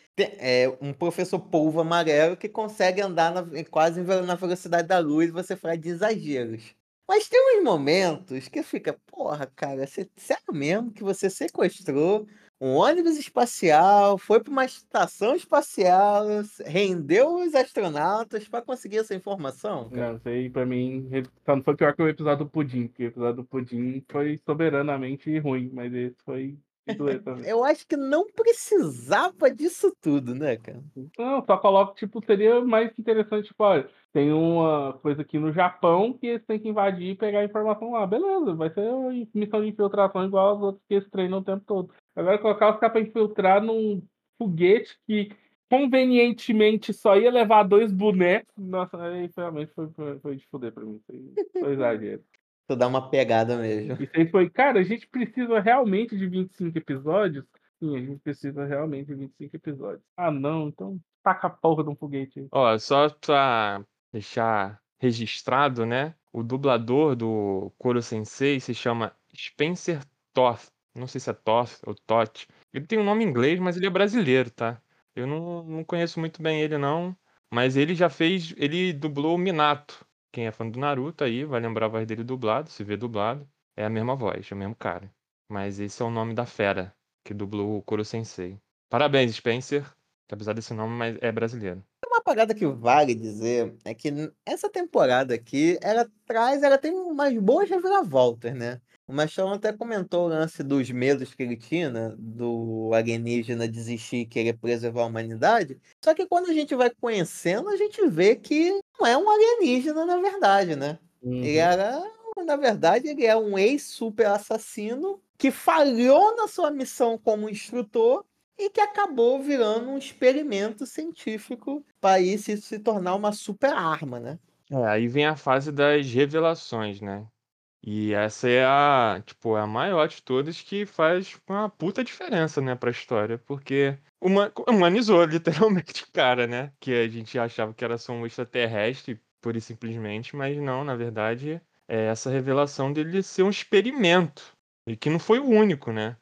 um professor polvo amarelo que consegue andar quase na velocidade da luz e você fala de exageros. Mas tem uns momentos que fica, porra, cara, sério mesmo que você sequestrou um ônibus espacial, foi para uma estação espacial, rendeu os astronautas para conseguir essa informação, cara? Não, isso aí pra mim só não foi pior que o episódio do Pudim, porque o episódio do Pudim foi soberanamente ruim, mas esse foi de doer também. Eu acho que não precisava disso tudo, né, cara? Não, só coloco, tipo, seria mais interessante, tipo, olha, tem uma coisa aqui no Japão que eles têm que invadir e pegar a informação lá. Beleza, vai ser uma missão de infiltração igual as outras que eles treinam o tempo todo. Agora colocar os caras pra infiltrar num foguete que convenientemente só ia levar 2 bonecos. Nossa, aí realmente foi de fuder pra mim. Isso aí foi exagero. Tu dá uma pegada mesmo. Isso aí foi, cara, a gente precisa realmente de 25 episódios? Sim, a gente precisa realmente de 25 episódios. Ah, não, então taca a porra de um foguete aí. Ó, só pra deixar registrado, né? O dublador do Koro Sensei se chama Spencer Toth. Não sei se é Toth ou Toth. Ele tem um nome em inglês, mas ele é brasileiro, tá? Eu não conheço muito bem ele, não. Mas ele já fez. Ele dublou o Minato. Quem é fã do Naruto aí vai lembrar a voz dele dublado, se vê dublado. É a mesma voz, é o mesmo cara. Mas esse é o nome da fera que dublou o Koro Sensei. Parabéns, Spencer. Que apesar desse nome, mas é brasileiro. Uma parada que vale dizer é que essa temporada aqui, ela tem umas boas reviravoltas, né? O Machão até comentou o lance dos medos que ele tinha, né? Do alienígena desistir e querer preservar a humanidade. Só que quando a gente vai conhecendo, a gente vê que não é um alienígena, na verdade, né? Ele era, na verdade, ele é um ex-super assassino que falhou na sua missão como instrutor e que acabou virando um experimento científico para isso se tornar uma super arma, né? Aí vem a fase das revelações, né? E essa é a, tipo, a maior de todas que faz uma puta diferença, né, pra história. Porque humanizou literalmente o cara, né? Que a gente achava que era só um extraterrestre, pura e simplesmente, mas não, na verdade, é essa revelação dele ser um experimento. E que não foi o único, né?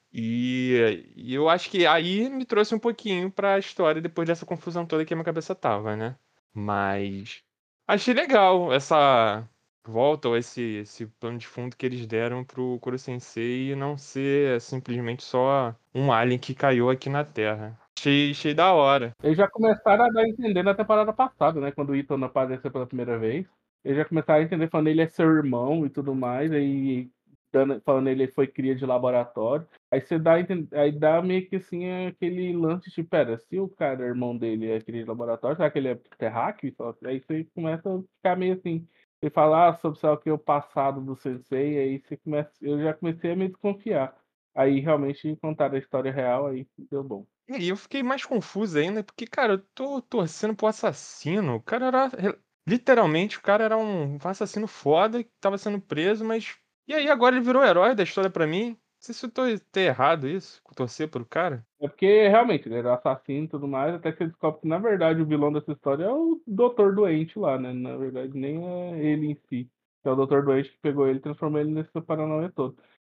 E eu acho que aí me trouxe um pouquinho pra história depois dessa confusão toda que a minha cabeça tava, né? Mas achei legal essa volta ou esse plano de fundo que eles deram pro Kuro Sensei e não ser simplesmente só um alien que caiu aqui na Terra. Achei da hora. Eles já começaram a dar a entender na temporada passada, né? Quando o Ethan apareceu pela primeira vez. Eles já começaram a entender falando ele é seu irmão e tudo mais. Aí falando ele foi cria de laboratório. Aí você dá, aí dá meio que assim aquele lance de, pera, se o cara, irmão dele, é cria de laboratório, será que ele é terráqueo? Aí você começa a ficar meio assim. Você fala sobre sei lá, o que é o passado do Sensei, aí você começa. Eu já comecei a me desconfiar. Aí realmente contaram a história real, aí deu bom. E eu fiquei mais confuso ainda, porque, cara, eu tô torcendo pro assassino. O cara era. Literalmente, o cara era um assassino foda que tava sendo preso, mas. E aí, agora ele virou herói da história pra mim? Não sei se eu tô errado isso, torcer pro cara. É porque realmente ele era assassino e tudo mais, até que você descobre que na verdade o vilão dessa história é o Doutor Doente lá, né? Na verdade, nem é ele em si. É o Doutor Doente que pegou ele e transformou ele nesse Paranauê todo.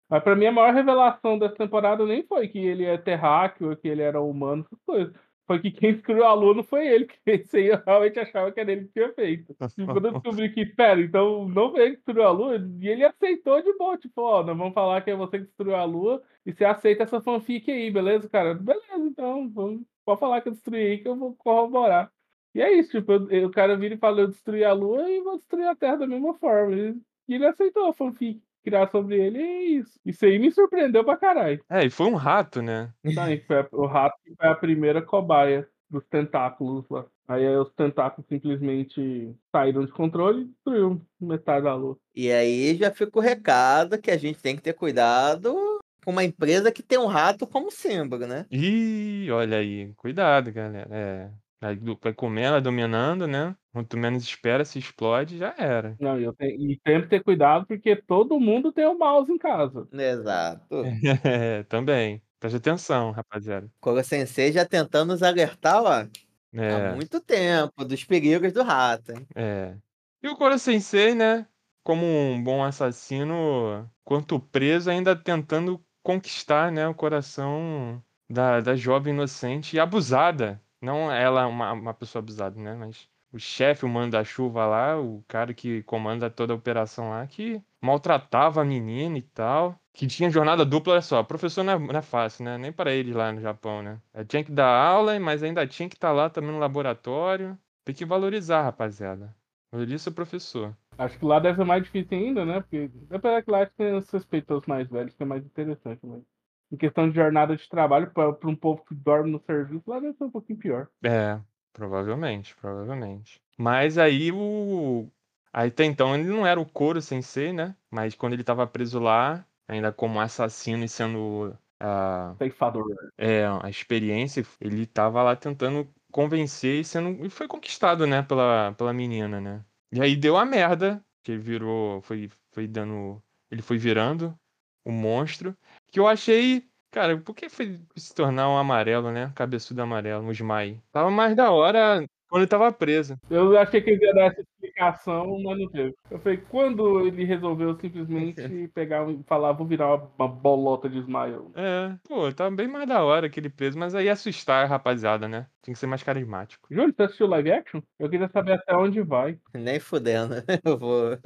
Mas pra mim a maior revelação dessa temporada nem foi que ele é terráqueo, que ele era humano, essas coisas. Foi que quem destruiu a Lua não foi ele, que esse aí eu realmente achava que era ele que tinha feito. E quando eu descobri que, pera, então não foi ele que destruiu a Lua, e ele aceitou de boa, tipo, ó, nós vamos falar que é você que destruiu a Lua, e você aceita essa fanfic aí, beleza, cara? Beleza, então, pode falar que eu destruí aí que eu vou corroborar. E é isso, tipo, o cara vira e fala, eu destruí a Lua e vou destruir a Terra da mesma forma. E ele aceitou a fanfic criar sobre ele, e é isso. Isso aí me surpreendeu pra caralho. É, e foi um rato, né? Não, e foi o rato que foi a primeira cobaia dos tentáculos lá. Aí os tentáculos simplesmente saíram de controle e destruiu metade da lua. E aí já fica o recado que a gente tem que ter cuidado com uma empresa que tem um rato como símbolo, né? Ih, olha aí. Cuidado, galera. É. Vai comendo, dominando, né? Quanto menos espera, se explode, já era. Não, e tem que ter cuidado porque todo mundo tem o mouse em casa. Exato. É, também. Preste atenção, rapaziada. Koro Sensei já tentando nos alertar, ó, há É, muito tempo, dos perigos do rato, hein? é. E o Koro Sensei, né? Como um bom assassino, quanto preso, ainda tentando conquistar, né, o coração da jovem inocente e abusada. Não ela uma pessoa abusada, né? Mas o chefe, o manda-chuva lá, o cara que comanda toda a operação lá, que maltratava a menina e tal. Que tinha jornada dupla, olha só, professor não é fácil, né? Nem para eles lá no Japão, né? Tinha que dar aula, mas ainda tinha que estar lá também no laboratório. Tem que valorizar, rapaziada. Valoriza o professor. Acho que lá deve ser mais difícil ainda, né? Porque apesar que lá acho que tem os suspeitos mais velhos, que é mais interessante, mas em questão de jornada de trabalho, para um povo que dorme no serviço, lá deve ser um pouquinho pior. É, provavelmente, provavelmente. Mas aí o. Aí até então ele não era o Koro Sensei, né? Mas quando ele tava preso lá, ainda como assassino e sendo Ceifador. a experiência, ele tava lá tentando convencer e foi conquistado, né, pela menina, né? E aí deu a merda, que ele virou, foi dando, ele foi virando o monstro, que eu achei, cara, por que foi se tornar um amarelo, né? Cabeçudo amarelo, um Smai. Tava mais da hora quando ele tava preso. Eu achei que ele ia dar essa explicação, mas não teve. Eu falei, quando ele resolveu simplesmente pegar e falar, vou virar uma bolota de Smile. Pô, tava bem mais da hora aquele preso, mas aí ia assustar a rapaziada, né? Tinha que ser mais carismático. Júlio, você assistiu live action? Eu queria saber até onde vai. Nem fudendo. Eu vou.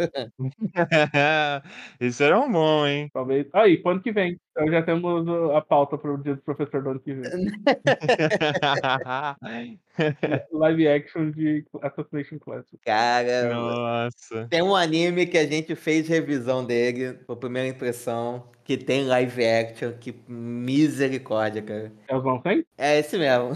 Esse era um bom, hein? Talvez. Aí, pro ano que vem. Então já temos a pauta para o dia do professor do ano que vem. Live action de Assassination Classic. Cara, Nossa. tem um anime que a gente fez revisão dele, por primeira impressão, que tem live action, que misericórdia, cara. É os não tem? É esse mesmo.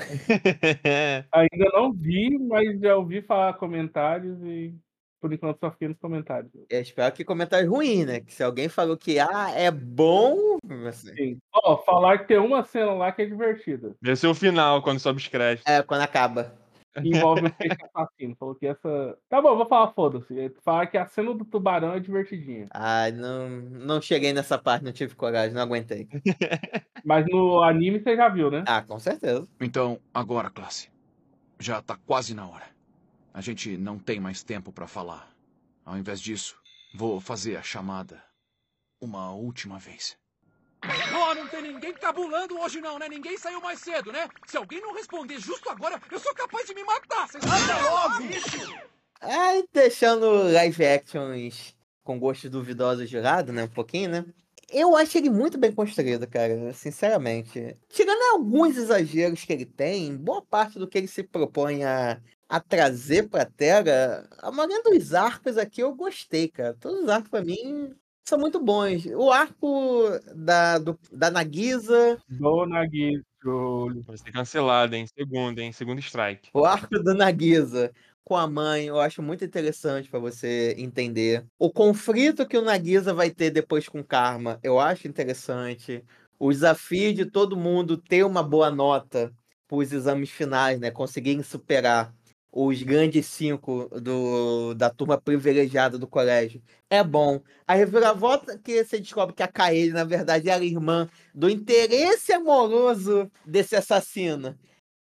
Ainda não vi, mas já ouvi falar comentários e por enquanto só fiquei nos comentários. Eu espero que comentário ruim, né? Que se alguém falou que é bom. Assim, Sim. Ó, falar que tem uma cena lá que é divertida. Esse é o final, quando sobe os créditos. quando acaba. Envolve o peixe assassino. Falou que essa. Tá bom, vou falar, foda-se. Falar que a cena do tubarão é divertidinha. Ai, não cheguei nessa parte, não tive coragem, não aguentei. Mas no anime você já viu, né? Ah, com certeza. Então, agora, classe. Já tá quase na hora. A gente não tem mais tempo para falar. Ao invés disso, vou fazer a chamada uma última vez. Ó, não tem ninguém cabulando hoje não, né? Ninguém saiu mais cedo, né? Se alguém não responder justo agora, eu sou capaz de me matar. Vocês matam logo, bicho! Aí, deixando live actions com gostos duvidosos de lado, né? Um pouquinho, né? Eu acho ele muito bem construído, cara, sinceramente. Tirando alguns exageros que ele tem, boa parte do que ele se propõe a trazer pra tela, a maioria dos arcos aqui eu gostei, cara. Todos os arcos, pra mim, são muito bons. O arco da Nagisa, Dona Gui, Júlio. Vai ser cancelado, hein? Segundo strike. o arco da Nagisa com a mãe, eu acho muito interessante pra você entender. O conflito que o Nagisa vai ter depois com o Karma, eu acho interessante. O desafio de todo mundo ter uma boa nota pros exames finais, né? Conseguirem superar os grandes 5 da turma privilegiada do colégio. É bom. A reviravolta que você descobre que a Kaede, na verdade, era irmã do interesse amoroso desse assassino.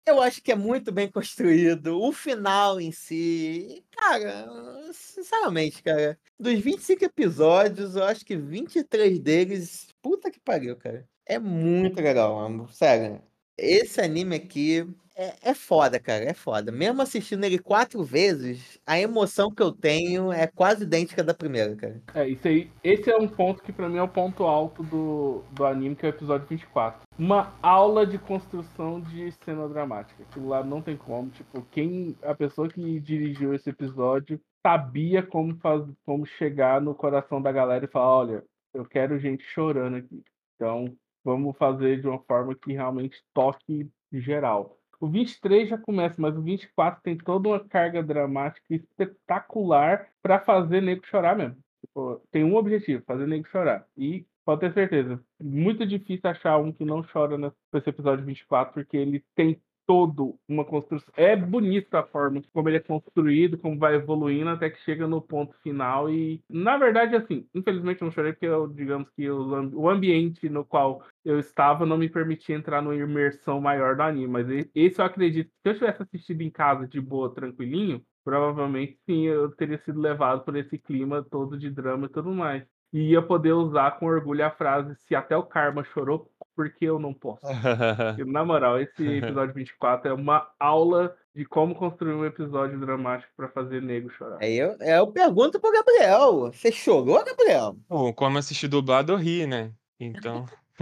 Eu acho que é muito bem construído. O final em si, cara, sinceramente, cara, dos 25 episódios, eu acho que 23 deles, puta que pariu, cara. É muito legal, mano. Sério. Esse anime aqui é foda, cara, é foda. Mesmo assistindo ele 4 vezes, a emoção que eu tenho é quase idêntica da primeira, cara. Isso aí, esse é um ponto que pra mim é o ponto alto do anime, que é o episódio 24. Uma aula de construção de cena dramática. Aquilo lá não tem como. Tipo, a pessoa que dirigiu esse episódio sabia como chegar no coração da galera e falar, olha, eu quero gente chorando aqui. Então, vamos fazer de uma forma que realmente toque geral. O 23 já começa, mas o 24 tem toda uma carga dramática espetacular pra fazer nego chorar mesmo. Tipo, tem um objetivo, fazer nego chorar. E pode ter certeza, muito difícil achar um que não chora nesse episódio 24, porque ele tem todo uma construção. É bonito a forma como ele é construído, como vai evoluindo até que chega no ponto final. E, na verdade, assim, infelizmente eu não chorei porque digamos que o ambiente no qual eu estava não me permitia entrar numa imersão maior do anime. Mas esse eu acredito que se eu tivesse assistido em casa de boa, tranquilinho, provavelmente sim, eu teria sido levado por esse clima todo de drama e tudo mais. E ia poder usar com orgulho a frase: se até o karma chorou, por que eu não posso? E, na moral, esse episódio 24 é uma aula de como construir um episódio dramático pra fazer nego chorar. Eu pergunto pro Gabriel. Você chorou, Gabriel? Pô, como assistir dublado, eu ri, né? Então.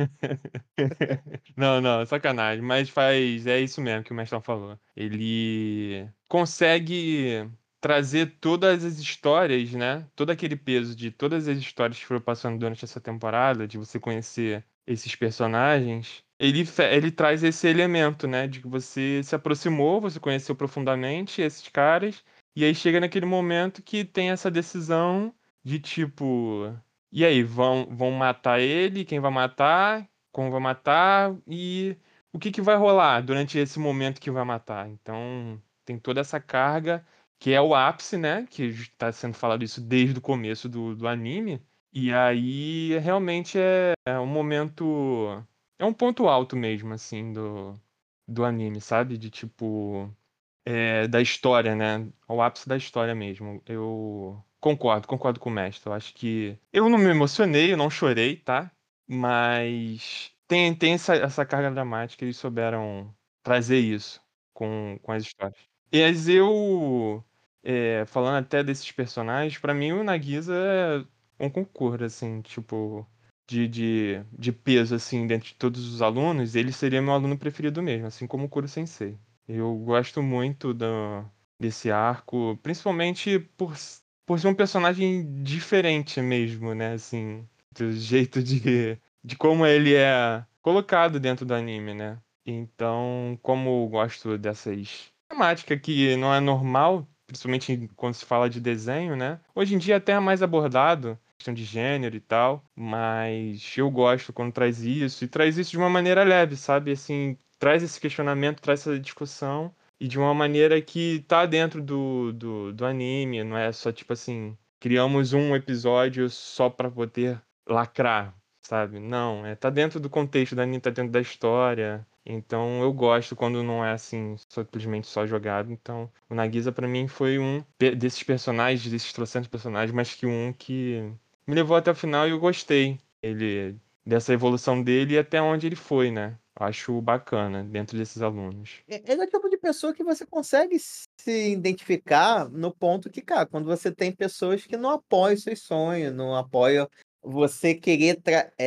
Não, sacanagem. Mas é isso mesmo que o Mestrão falou. Ele consegue trazer todas as histórias, né? Todo aquele peso de todas as histórias que foram passando durante essa temporada, de você conhecer esses personagens. Ele traz esse elemento, né? De que você se aproximou, você conheceu profundamente esses caras, e aí chega naquele momento que tem essa decisão de tipo. E aí, vão matar ele? Quem vai matar? Como vai matar? E o que vai rolar durante esse momento que vai matar? Então, tem toda essa carga, que é o ápice, né? Que está sendo falado isso desde o começo do anime. E aí, realmente é um momento. É um ponto alto mesmo, assim, do anime, sabe? De tipo. Da história, né? O ápice da história mesmo. Eu concordo com o mestre. Eu acho que. Eu não me emocionei, eu não chorei, tá? Mas tem essa carga dramática, eles souberam trazer isso com as histórias. Mas falando até desses personagens, pra mim o Nagisa é um concurso, assim, tipo. De peso, assim, dentro de todos os alunos, ele seria meu aluno preferido mesmo, assim como o Kuro Sensei. Eu gosto muito desse arco, principalmente por ser um personagem diferente mesmo, né? Assim, do jeito de como ele é colocado dentro do anime, né? Então, como eu gosto dessas temática que não é normal, principalmente quando se fala de desenho, né? Hoje em dia até é mais abordado, questão de gênero e tal, mas eu gosto quando traz isso, e traz isso de uma maneira leve, sabe? Assim, traz esse questionamento, traz essa discussão, e de uma maneira que tá dentro do anime, não é só tipo assim, criamos um episódio só pra poder lacrar, sabe? Não, tá dentro do contexto do anime, tá dentro da história. Então eu gosto quando não é assim, simplesmente só jogado. Então o Nagisa pra mim foi um desses personagens, desses trocentos personagens, mas que um que me levou até o final e eu gostei. Dessa evolução dele e até onde ele foi, né? Acho bacana dentro desses alunos. Ele é o tipo de pessoa que você consegue se identificar no ponto que, cara, quando você tem pessoas que não apoiam seus sonhos, não apoiam você querer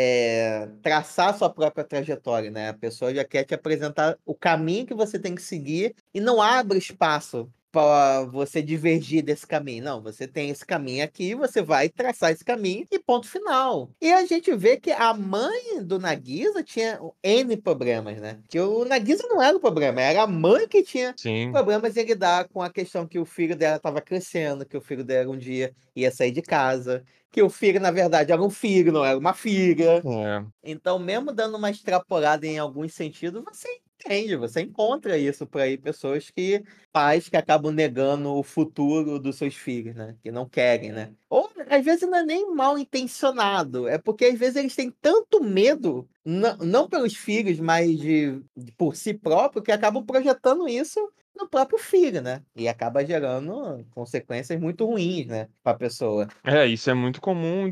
traçar sua própria trajetória, né? A pessoa já quer te apresentar o caminho que você tem que seguir e não abre espaço para você divergir desse caminho. Não, você tem esse caminho aqui, você vai traçar esse caminho e ponto final. E a gente vê que a mãe do Nagisa tinha N problemas, né? Que o Nagisa não era o problema, era a mãe que tinha Sim. problemas em lidar com a questão que o filho dela estava crescendo, que o filho dela um dia ia sair de casa, que o filho, na verdade, era um filho, não era uma filha. É. Então, mesmo dando uma extrapolada em alguns sentidos, você entende, você encontra isso por aí, pessoas pais que acabam negando o futuro dos seus filhos, né? Que não querem, né? Ou às vezes não é nem mal intencionado, é porque às vezes eles têm tanto medo, não pelos filhos, mas por si próprio, que acabam projetando isso no próprio filho, né? E acaba gerando consequências muito ruins, né, pra pessoa. Isso é muito comum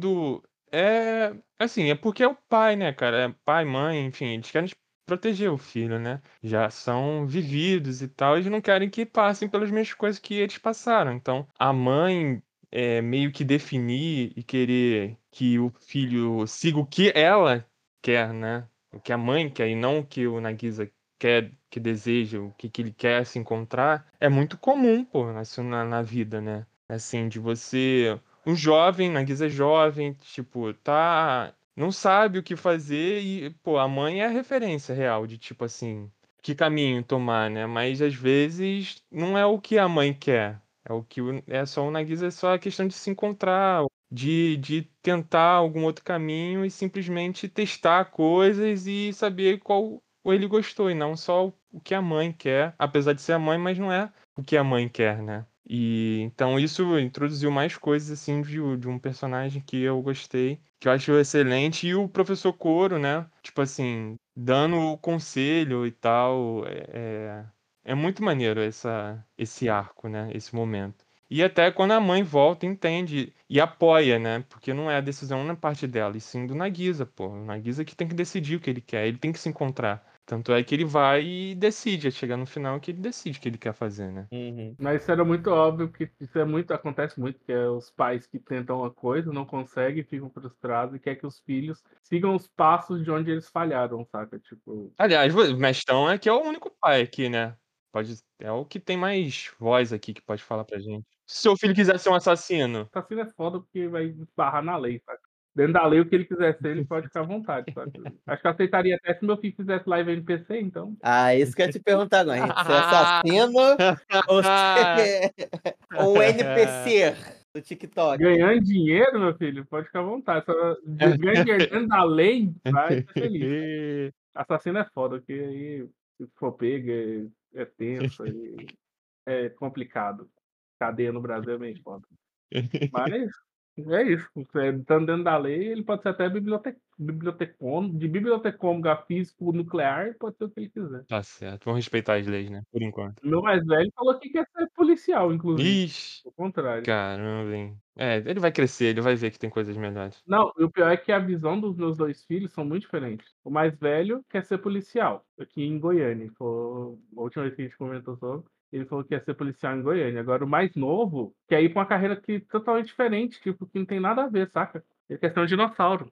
assim, é porque é o pai, né, cara? É pai, mãe, enfim, eles querem proteger o filho, né? Já são vividos e tal, eles não querem que passem pelas mesmas coisas que eles passaram. Então, a mãe meio que definir e querer que o filho siga o que ela quer, né? O que a mãe quer e não o que o Nagisa quer, que deseja, que ele quer se encontrar, é muito comum, pô, assim, na vida, né? Assim, de você um jovem, Nagisa é jovem, tipo, não sabe o que fazer e, pô, a mãe é a referência real de, tipo assim, que caminho tomar, né? Mas às vezes não é o que a mãe quer. É só o Nagisa, é só a questão de se encontrar, de tentar algum outro caminho e simplesmente testar coisas e saber qual ele gostou, e não só o que a mãe quer, apesar de ser a mãe, mas não é o que a mãe quer, né? E então isso introduziu mais coisas assim de um personagem que eu gostei, que eu acho excelente, e o professor Koro, né? Tipo assim, dando o conselho e tal. É muito maneiro esse arco, né? Esse momento. E até quando a mãe volta, entende e apoia, né? Porque não é a decisão na parte dela, e sim do Nagisa, pô. O Nagisa que tem que decidir o que ele quer, ele tem que se encontrar. Tanto é que ele vai e decide, é chegar no final que ele decide o que ele quer fazer, né? Uhum. Mas isso era muito óbvio, que isso acontece muito, que é os pais que tentam uma coisa, não conseguem, ficam frustrados e quer que os filhos sigam os passos de onde eles falharam, saca? Tipo, Aliás, o Mestão é que é o único pai aqui, né? É o que tem mais voz aqui que pode falar pra gente. Se seu filho quiser ser um assassino. assassino é foda porque vai esbarrar na lei, saca? Dentro da lei, o que ele quiser ser, ele pode ficar à vontade, saca? Acho que eu aceitaria até se meu filho fizesse live NPC, então. Isso que eu ia te perguntar agora, gente. Você é assassino ou você é um NPC do TikTok? Ganhando dinheiro, meu filho, pode ficar à vontade. Só ganhando dinheiro dentro da lei, vai ser feliz. Assassino é foda, porque aí, se for pego, é tenso, é complicado. Cadeia no Brasil é meio foda. Mas é isso. Estando dentro da lei, ele pode ser até bibliotecônomo, físico nuclear, pode ser o que ele quiser. Tá certo, vamos respeitar as leis, né? Por enquanto. O meu mais velho falou que quer ser policial, inclusive. Ixi, O contrário. caramba, hein? Ele vai crescer, ele vai ver que tem coisas melhores. Não, e o pior é que a visão dos meus dois filhos são muito diferentes. O mais velho quer ser policial, aqui em Goiânia. Foi a última vez que a gente comentou sobre. Ele falou que ia ser policial em Goiânia. Agora, o mais novo quer ir pra uma carreira que totalmente diferente, tipo, que não tem nada a ver, saca? Ele quer ser um dinossauro.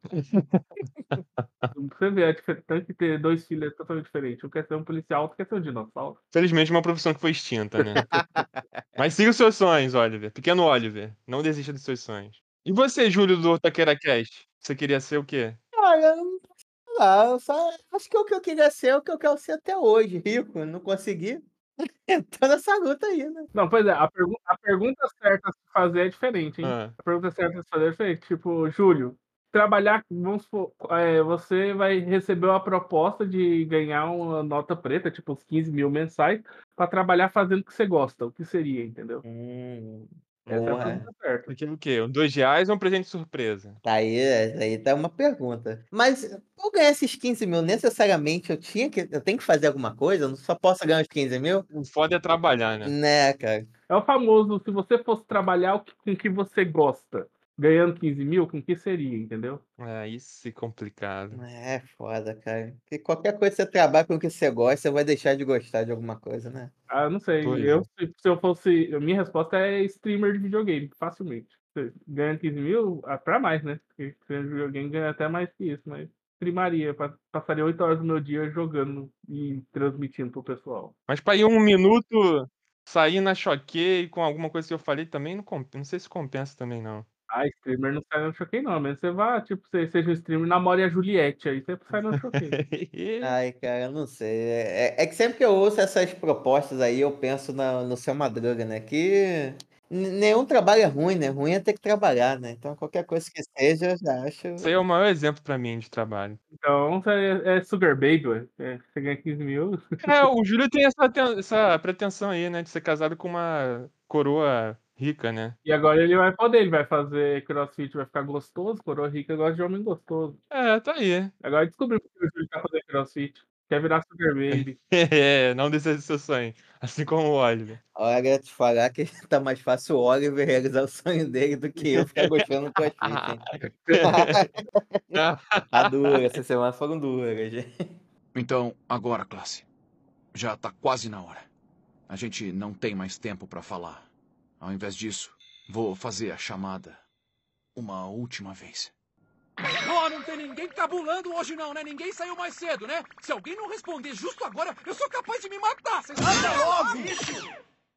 Você vê a diferença, tanto que ter dois filhos é totalmente diferente. Um quer ser um policial, outro quer ser um dinossauro. Felizmente, uma profissão que foi extinta, né? Mas siga os seus sonhos, Oliver. Pequeno Oliver. Não desista dos seus sonhos. E você, Júlio do Taquera Cast? Você queria ser o quê? Olha, sei lá, eu só acho que o que eu queria ser é o que eu quero ser até hoje, rico, não consegui. Tô nessa luta aí, né? Não, pois é, a pergunta certa a se fazer é diferente, hein? Ah, A pergunta certa a se fazer é diferente. Tipo, Júlio, trabalhar, vamos supor, você vai receber uma proposta de ganhar uma nota preta, tipo uns 15 mil mensais, para trabalhar fazendo o que você gosta. O que seria, entendeu? Essa é a Porra. pergunta certa. porque o quê? R$ 2 ou um presente surpresa? Aí tá uma pergunta. Mas pra eu ganhar esses 15 mil, necessariamente eu tenho que fazer alguma coisa? Eu não só posso ganhar os 15 mil? O foda é trabalhar, né? Né, cara? É o famoso, se você fosse trabalhar com o que você gosta, ganhando 15 mil, com o que seria, entendeu? Isso é complicado. É foda, cara. Porque qualquer coisa que você trabalha com o que você gosta, você vai deixar de gostar de alguma coisa, né? Ah, não sei. Pois é. Se eu fosse. A minha resposta é streamer de videogame, facilmente. Você ganha 15 mil, pra mais, né? Porque streamer de videogame ganha até mais que isso, mas streamaria. Passaria 8 horas do meu dia jogando e transmitindo pro pessoal. Mas pra ir 1 minuto, sair na choquei com alguma coisa que eu falei também, não sei se compensa também, não. Ah, streamer não sai no choquei, não. Mas você vai, tipo, você seja um streamer, namore a Juliette, aí você sai no choquei. Ai, cara, eu não sei. É que sempre que eu ouço essas propostas aí, eu penso no Seu Madruga, né? Que Nenhum trabalho é ruim, né? Ruim é ter que trabalhar, né? Então qualquer coisa que seja, eu já acho. Isso aí é o maior exemplo pra mim de trabalho. Então você é Sugar Baby, ué. Você ganha 15 mil. É, o Júlio tem essa pretensão aí, né, de ser casado com uma coroa rica, né. E agora ele vai poder, ele vai fazer crossfit, vai ficar gostoso. Coroa rica gosta de homem gostoso. É, tá aí. Agora descobri porque o Júlio tá fazendo crossfit. Quer virar Sugar Baby. É, não desça do seu sonho, assim como o Oliver. Olha, te falar que tá mais fácil o Oliver realizar o sonho dele do que eu ficar gostando do CrossFit, hein? Tá dura, essas semanas foram duras, gente. Então, agora, classe. Já tá quase na hora. A gente não tem mais tempo pra falar. Ao invés disso, vou fazer a chamada uma última vez. Ó, não tem ninguém cabulando hoje não, né? Ninguém saiu mais cedo, né? Se alguém não responder justo agora, eu sou capaz de me matar. Vocês anda logo, bicho!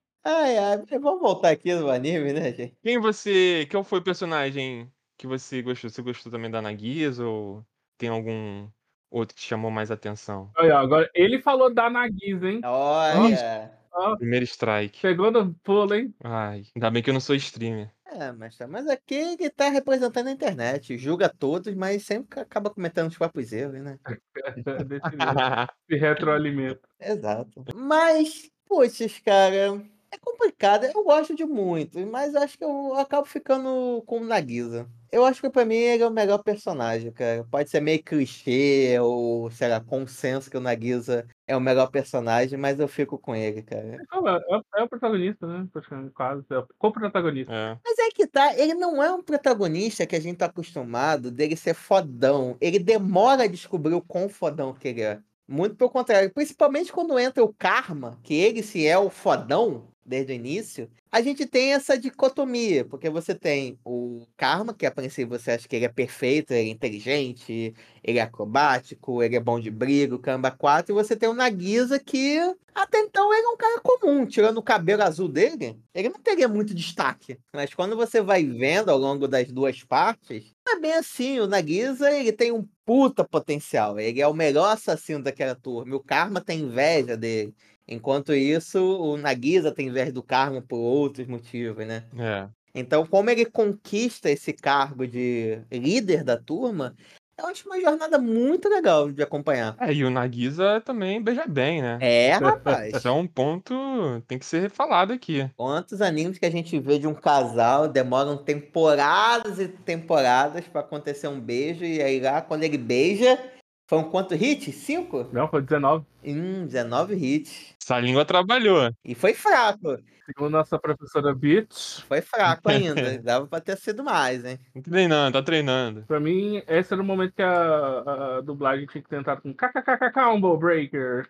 Ai, ai, vamos voltar aqui no anime, né, gente? Qual foi o personagem que você gostou? Você gostou também da Nagisa ou tem algum outro que te chamou mais atenção? Olha, agora ele falou da Nagisa, hein? Olha. Ó, Primeiro strike. pegou no pulo, hein? Ai, ainda bem que eu não sou streamer. Mas aqui ele tá representando a internet, julga todos, mas sempre acaba cometendo os próprios erros, né? Desse jeito. Se retroalimenta. Exato. Mas, puxa, cara, é complicado. Eu gosto de muitos, mas acho que eu acabo ficando com o Nagisa. Eu acho que pra mim ele é o melhor personagem, cara. Pode ser meio clichê ou, sei lá, consenso que o Nagisa é o melhor personagem, mas eu fico com ele, cara. É o protagonista, né? Praticamente, quase. É o co-protagonista. É. Mas é que tá, ele não é um protagonista que a gente tá acostumado dele ser fodão. Ele demora a descobrir o quão fodão que ele é. Muito pelo contrário, principalmente quando entra o Karma, que ele se é o fodão desde o início, a gente tem essa dicotomia, porque você tem o Karma, que a princípio você acha que ele é perfeito, ele é inteligente, ele é acrobático, ele é bom de briga, o caramba 4, e você tem o Nagisa que até então ele é um cara comum, tirando o cabelo azul dele, ele não teria muito destaque. Mas quando você vai vendo ao longo das duas partes, não é bem assim. O Nagisa, ele tem um puta potencial. Ele é o melhor assassino daquela turma. E o Karma tem inveja dele. Enquanto isso, o Nagisa tem inveja do Karma por outros motivos, né? É. Então, como ele conquista esse cargo de líder da turma, eu acho uma jornada muito legal de acompanhar. É, e o Nagisa também beija bem, né. É, rapaz. Isso é um ponto tem que ser falado aqui. Quantos animes que a gente vê de um casal demoram temporadas e temporadas pra acontecer um beijo, e aí lá, quando ele beija, foram quantos hits? 5? Não, foi 19. 19 hits. Essa língua trabalhou. E foi fraco. Segundo nossa professora Beach, Foi fraco ainda. Dava pra ter sido mais, hein? Tá treinando. pra mim, esse era o momento que a dublagem tinha que tentar com kkkk Combo Breaker.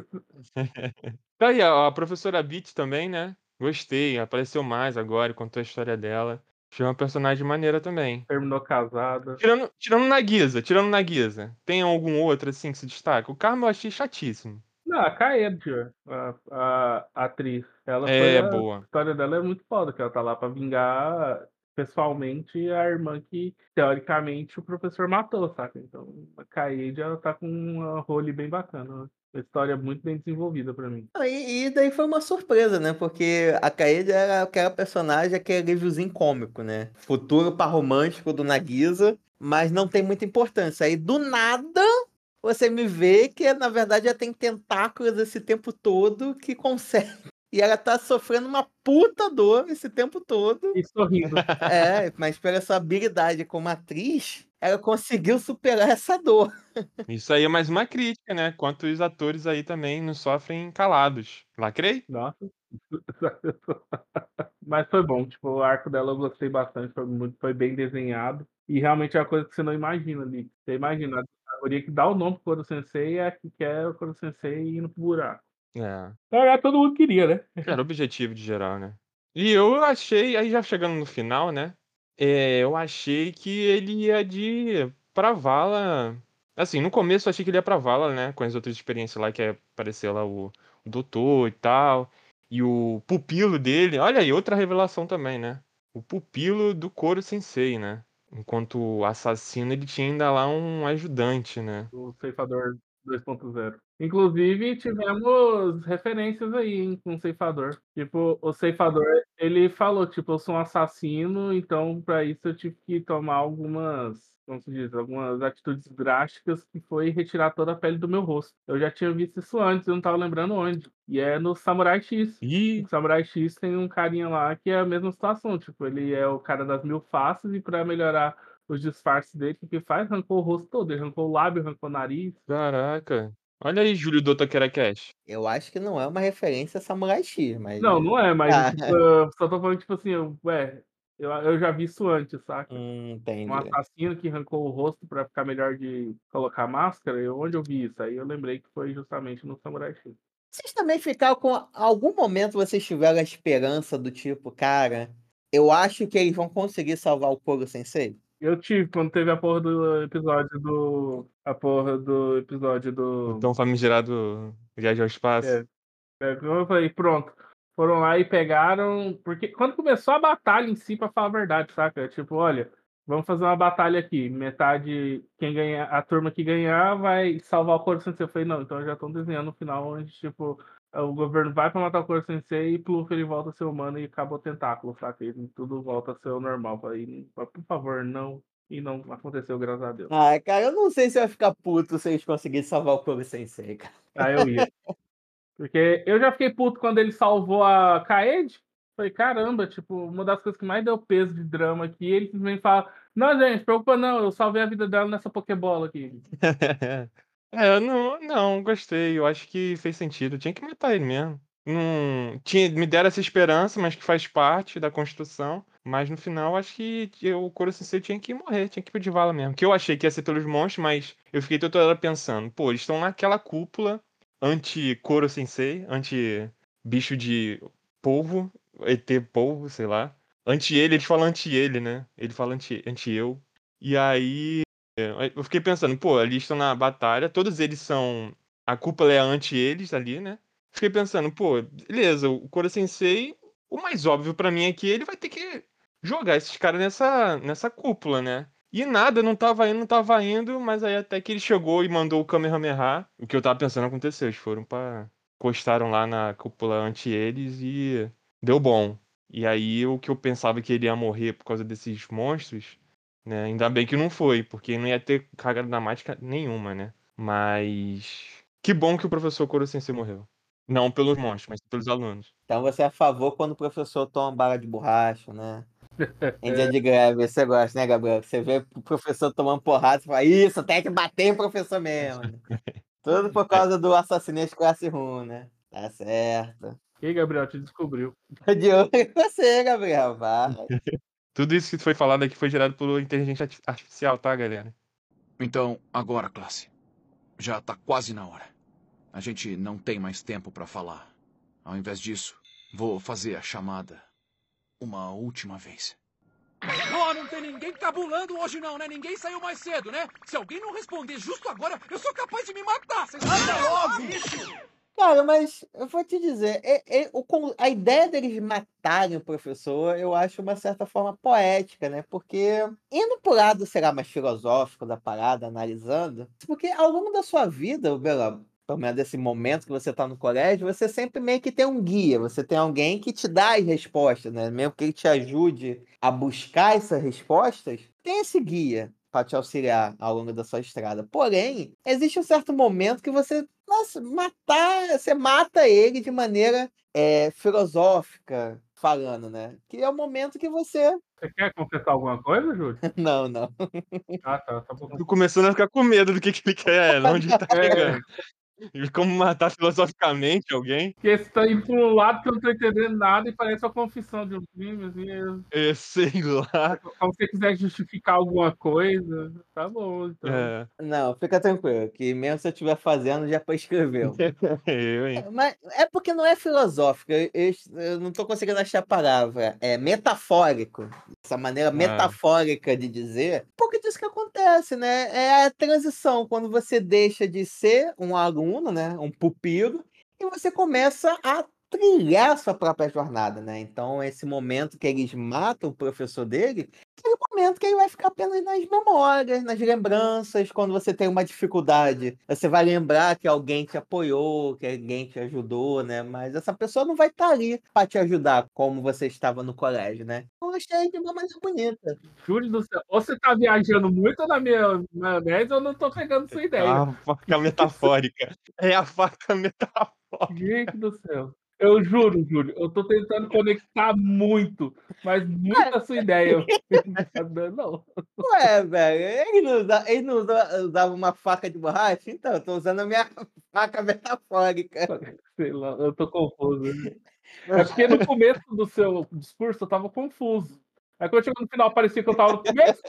Tá aí, a professora Beat também, né. Gostei, apareceu mais agora e contou a história dela. Achei uma personagem maneira também. Terminou casada. Tirando Nagisa, tem algum outro, assim, que se destaca? O Karma eu achei chatíssimo. Não, a Kaede, a atriz. Ela É, a boa. história dela é muito foda, que ela tá lá pra vingar pessoalmente a irmã que, teoricamente, o professor matou, saca? Então, a Kaede, ela tá com uma role bem bacana, né? Uma história muito bem desenvolvida pra mim. E daí foi uma surpresa, né? Porque a Kaede era aquela personagem, aquele alíviozinho cômico, né? Futuro par romântico do Nagisa, mas não tem muita importância. Aí do nada você me vê que na verdade ela tem tentáculos esse tempo todo que consegue. E ela tá sofrendo uma puta dor esse tempo todo. E sorrindo. Mas pela sua habilidade como atriz, ela conseguiu superar essa dor. Isso aí é mais uma crítica, né, quantos atores aí também não sofrem calados. Lacrei? Nossa. Mas foi bom, tipo, o arco dela eu gostei bastante, foi bem desenhado. E realmente é uma coisa que você não imagina ali. Você imagina, a guria que dá o nome pro Koro Sensei é a que quer o Koro Sensei indo pro buraco. É, Todo mundo queria, né? era o objetivo de geral, né. E eu achei, aí já chegando no final, né, eu achei que ele ia pra vala, assim, no começo eu achei que ele ia pra vala, né, com as outras experiências lá que apareceu lá o doutor e tal, e o pupilo dele, olha aí, outra revelação também, né, o pupilo do Koro Sensei, né, enquanto assassino ele tinha ainda lá um ajudante, né. O Ceifador 2.0. Inclusive, tivemos referências aí, hein, com o Ceifador. Tipo, o Ceifador, ele falou, tipo, eu sou um assassino, então pra isso eu tive que tomar algumas, como se diz, algumas atitudes drásticas, que foi retirar toda a pele do meu rosto. Eu já tinha visto isso antes, eu não tava lembrando onde. E é no Samurai X. Ih, No Samurai X tem um carinha lá que é a mesma situação, tipo, ele é o cara das 1000 faces e pra melhorar os disfarces dele, o que faz? Arrancou o rosto todo, ele arrancou o lábio, arrancou o nariz. caraca. Olha aí, Júlio do Taquera Cash. Eu acho que não é uma referência a Samurai X, mas. Não, não é, mas Ah, tipo, eu só tô falando, tipo assim, eu já vi isso antes, saca? Um entendi. assassino que arrancou o rosto pra ficar melhor de colocar máscara, onde eu vi isso? Aí eu lembrei que foi justamente no Samurai X. Vocês também ficaram com. Algum momento vocês tiveram a esperança do tipo, cara, eu acho que eles vão conseguir salvar o Koro Sensei? Eu tive, quando teve a porra do episódio do. A porra do episódio O do. tão famigerado Viagem ao Espaço. É, como eu falei, pronto. Foram lá e pegaram. Porque quando começou a batalha em si, pra falar a verdade, saca? Tipo, olha, vamos fazer uma batalha aqui. Metade, quem ganhar, a turma que ganhar vai salvar o Koro Sensei. Eu falei, não, então já estão desenhando o final onde, tipo, o governo vai pra matar o Koro Sensei e Pluff ele volta a ser humano e acaba o tentáculo, saca? E tudo volta a ser o normal. Eu falei, por favor, não. E não aconteceu, graças a Deus. Ah, cara, eu não sei se eu ia ficar puto se eles conseguissem salvar o Koro Sensei, cara. Aí eu ia. Porque eu já fiquei puto quando ele salvou a Kaede. Falei, caramba, tipo, uma das coisas que mais deu peso de drama aqui, ele simplesmente fala, não, gente, preocupa não, eu salvei a vida dela nessa Pokébola aqui. É, não, gostei. Eu acho que fez sentido. Tinha que matar ele mesmo. Me deram essa esperança, mas que faz parte da construção. Mas no final, acho que o Koro Sensei tinha que morrer, tinha que ir pro de vala mesmo. Que eu achei que ia ser pelos monstros, mas eu fiquei toda hora pensando, pô, eles estão naquela cúpula anti-Koro Sensei, anti-bicho de polvo, ET polvo, sei lá. Anti-ele, eles falam anti-ele, né? Ele fala anti-eu. E aí. Eu fiquei pensando, pô, eles estão na batalha, todos eles são. A cúpula é anti eles ali, né? Fiquei pensando, pô, beleza, o Koro Sensei, o mais óbvio pra mim é que ele vai ter que jogar esses caras nessa cúpula, né? E nada, não tava indo, mas aí até que ele chegou e mandou o Kamehameha, o que eu tava pensando aconteceu, eles foram pra. Encostaram lá na cúpula anti eles e deu bom. E aí o que eu pensava que ele ia morrer por causa desses monstros, né? Ainda bem que não foi, porque não ia ter carga dramática nenhuma, né? Mas que bom que o professor Koro Sensei morreu. Não pelos monstros, mas pelos alunos. Então você é a favor quando o professor toma bala de borracha, né? Em dia de greve, você gosta, né, Gabriel? Você vê o professor tomando porrada, você fala, isso, tem que bater em professor mesmo, né? Tudo por É, causa do assassinato de classe 1, né? Tá certo. E aí, Gabriel, te descobriu. Tô de olho em você, Gabriel, vai. tudo isso que foi falado aqui foi gerado por inteligência artificial, tá, galera? Então, agora, classe. Já tá quase na hora. A gente não tem mais tempo pra falar. Ao invés disso, vou fazer a chamada uma última vez. Ó, não tem ninguém cabulando hoje não, né? Ninguém saiu mais cedo, né? Se alguém não responder justo agora, eu sou capaz de me matar. Vocês matam logo, bicho! Cara, mas eu vou te dizer, a ideia deles matarem o professor, eu acho uma certa forma poética, né? Porque indo pro lado, sei lá, mais filosófico da parada, analisando, porque ao longo da sua vida, pelo menos desse momento que você tá no colégio, você sempre meio que tem um guia, você tem alguém que te dá as respostas, né? Mesmo que ele te ajude a buscar essas respostas, tem esse guia para te auxiliar ao longo da sua estrada. Porém, existe um certo momento que nossa, você mata ele de maneira filosófica, falando, né? Que é o momento que você. Você quer confessar alguma coisa, Júlio? Não, não. Ah, tá, tá bom. Tô começando a ficar com medo do que ele quer, onde ele tá chegando. E como matar filosoficamente alguém. Porque você tá indo pra um lado que eu não tô entendendo nada e parece uma confissão de um crime, assim. Sei lá. Como se você quiser justificar alguma coisa, tá bom, então. É, Não, fica tranquilo, que mesmo se eu estiver fazendo, já prescreveu. hein? Mas é porque não é filosófico, eu não tô conseguindo achar a palavra. É metafórico. Essa maneira metafórica de dizer. Porque disso que acontece, né? É a transição, quando você deixa de ser um aluno, né? Um pupilo, e você começa a trilhar a sua própria jornada, né? Então, esse momento que eles matam o professor dele aquele momento que ele vai ficar apenas nas memórias, nas lembranças. Quando você tem uma dificuldade, você vai lembrar que alguém te apoiou, que alguém te ajudou, né? Mas essa pessoa não vai estar ali para te ajudar como você estava no colégio, né? Eu achei de uma maneira bonita. Júlio do céu, ou você tá viajando muito na minha maionese ou eu não tô pegando sua É ideia. uma faca metafórica. É a faca metafórica. Gente do céu. Eu juro, Júlio, eu tô tentando conectar muito, mas muito a sua ideia. Não tá dando, não. Ué, velho, ele não usava uma faca de borracha? Então, eu tô usando a minha faca metafórica. Sei lá, eu tô confuso. É porque no começo do seu discurso eu tava confuso. Aí quando chegou no final parecia que eu tava no começo.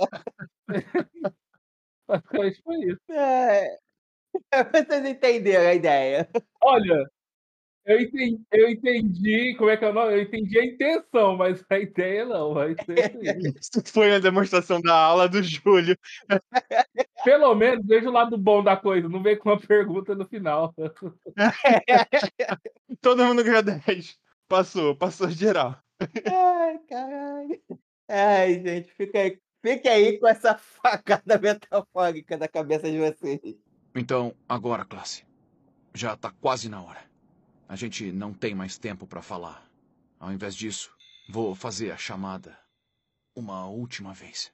Basicamente foi isso. É, vocês entenderam a ideia. Olha, eu entendi como é que é o nome? Eu entendi a intenção, mas a ideia não, vai ser isso aí. Isso foi a demonstração da aula do Júlio. Pelo menos veja o lado bom da coisa, não vem com uma pergunta no final. Todo mundo ganhou 10. Passou geral. Ai, caralho. Ai, gente, fica aí com essa facada metafórica na cabeça de vocês. Então, agora, classe. Já tá quase na hora. A gente não tem mais tempo para falar. Ao invés disso, vou fazer a chamada uma última vez.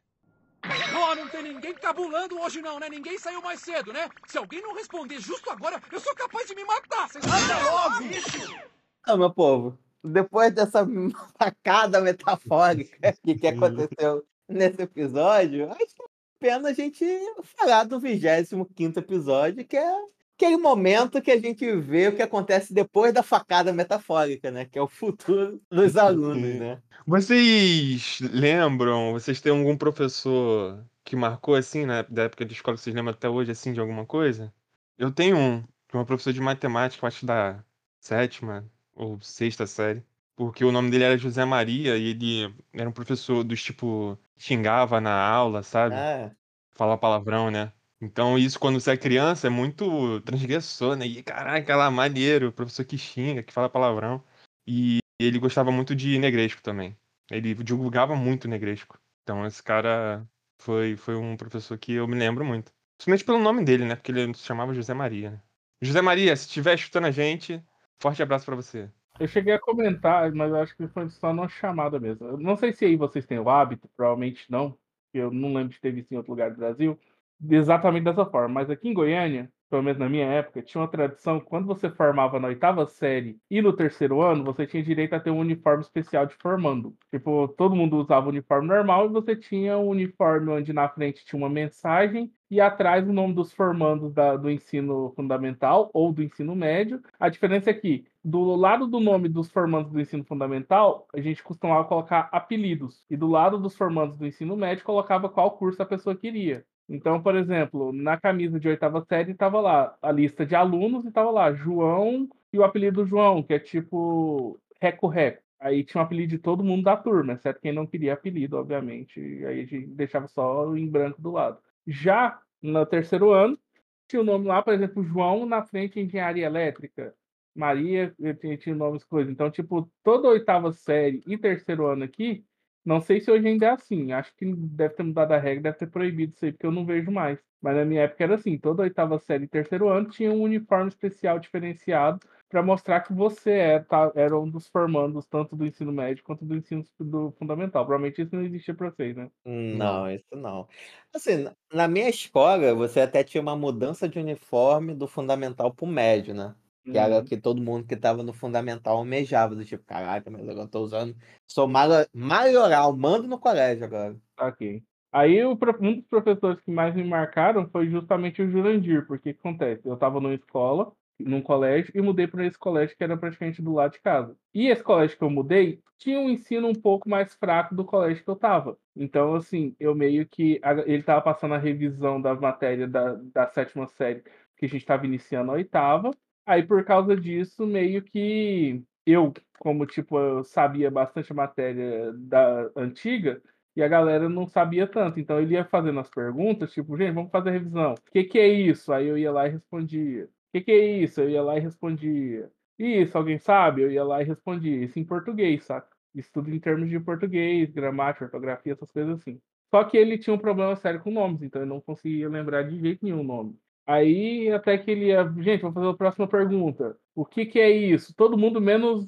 Ó, não tem ninguém cabulando hoje não, né? Ninguém saiu mais cedo, né? Se alguém não responder justo agora, eu sou capaz de me matar. Vocês anda logo, bicho! Não, meu povo, depois dessa facada metafórica que aconteceu nesse episódio, acho que é pena a gente falar do 25º episódio, que é aquele momento que a gente vê o que acontece depois da facada metafórica, né? Que é o futuro dos alunos, né? Vocês lembram, vocês têm algum professor que marcou assim, da época de escola, que vocês lembram até hoje, assim, de alguma coisa? Eu tenho que é uma professora de matemática, eu acho da 7ª ou 6ª série, porque o nome dele era José Maria e ele era um professor dos tipo, xingava na aula, sabe? Ah, Falar palavrão, né? Então isso, quando você é criança, é muito transgressor, né? E caraca, lá, maneiro, professor que xinga, que fala palavrão. E ele gostava muito de negresco também. Ele divulgava muito negresco. Então esse cara foi um professor que eu me lembro muito. Principalmente pelo nome dele, né? Porque ele se chamava José Maria, né? José Maria, se estiver escutando a gente, forte abraço pra você. Eu cheguei a comentar, mas eu acho que foi só numa chamada mesmo. Eu não sei se aí vocês têm o hábito, provavelmente não, porque eu não lembro de ter visto em outro lugar do Brasil, exatamente dessa forma. Mas aqui em Goiânia, pelo menos na minha época, tinha uma tradição que quando você formava na 8ª série e no 3º ano, você tinha direito a ter um uniforme especial de formando. Tipo, todo mundo usava o uniforme normal e você tinha um uniforme onde na frente tinha uma mensagem e atrás o nome dos formandos do ensino fundamental ou do ensino médio. A diferença é que, do lado do nome dos formandos do ensino fundamental, a gente costumava colocar apelidos. E do lado dos formandos do ensino médio, colocava qual curso a pessoa queria. Então, por exemplo, na camisa de 8ª série estava lá a lista de alunos e estava lá João e o apelido João, que é tipo Reco-Reco. Aí tinha o apelido de todo mundo da turma, exceto quem não queria apelido, obviamente. E aí a gente deixava só em branco do lado. Já no 3º ano, tinha o nome lá, por exemplo, João na frente engenharia elétrica. Maria tinha nomes coisas. Então, tipo, toda 8ª série e 3º ano aqui, não sei se hoje ainda é assim. Acho que deve ter mudado a regra, deve ter proibido isso aí, porque eu não vejo mais. Mas na minha época era assim: toda 8ª série e 3º ano tinha um uniforme especial diferenciado para mostrar que você era um dos formandos, tanto do ensino médio quanto do ensino fundamental. Provavelmente isso não existia para vocês, né? não, isso não. Assim, na minha escola, você até tinha uma mudança de uniforme do fundamental pro médio, né? Que era o Uhum. que todo mundo que estava no fundamental almejava, do tipo, caraca, mas agora eu tô usando. Sou maioral, mando no colégio agora. Ok. Aí um dos professores que mais me marcaram foi justamente o Jurandir, porque o que acontece? Eu estava numa escola, num colégio, e mudei para esse colégio que era praticamente do lado de casa. E esse colégio que eu mudei tinha um ensino um pouco mais fraco do colégio que eu estava. Então, assim, eu meio que. Ele estava passando a revisão da matéria da 7ª série, que a gente estava iniciando a 8ª. Aí, por causa disso, meio que eu, como tipo, eu sabia bastante a matéria da antiga, e a galera não sabia tanto. Então ele ia fazendo as perguntas, tipo, gente, vamos fazer a revisão. O que que é isso? Aí eu ia lá e respondia. O que que é isso? Eu ia lá e respondia. Isso, alguém sabe? Eu ia lá e respondia. Isso em português, saca? estudo em termos de português, gramática, ortografia, essas coisas assim. Só que ele tinha um problema sério com nomes, então ele não conseguia lembrar de jeito nenhum o nome. Aí até que ele ia, gente, vou fazer a próxima pergunta. O que que é isso? Todo mundo menos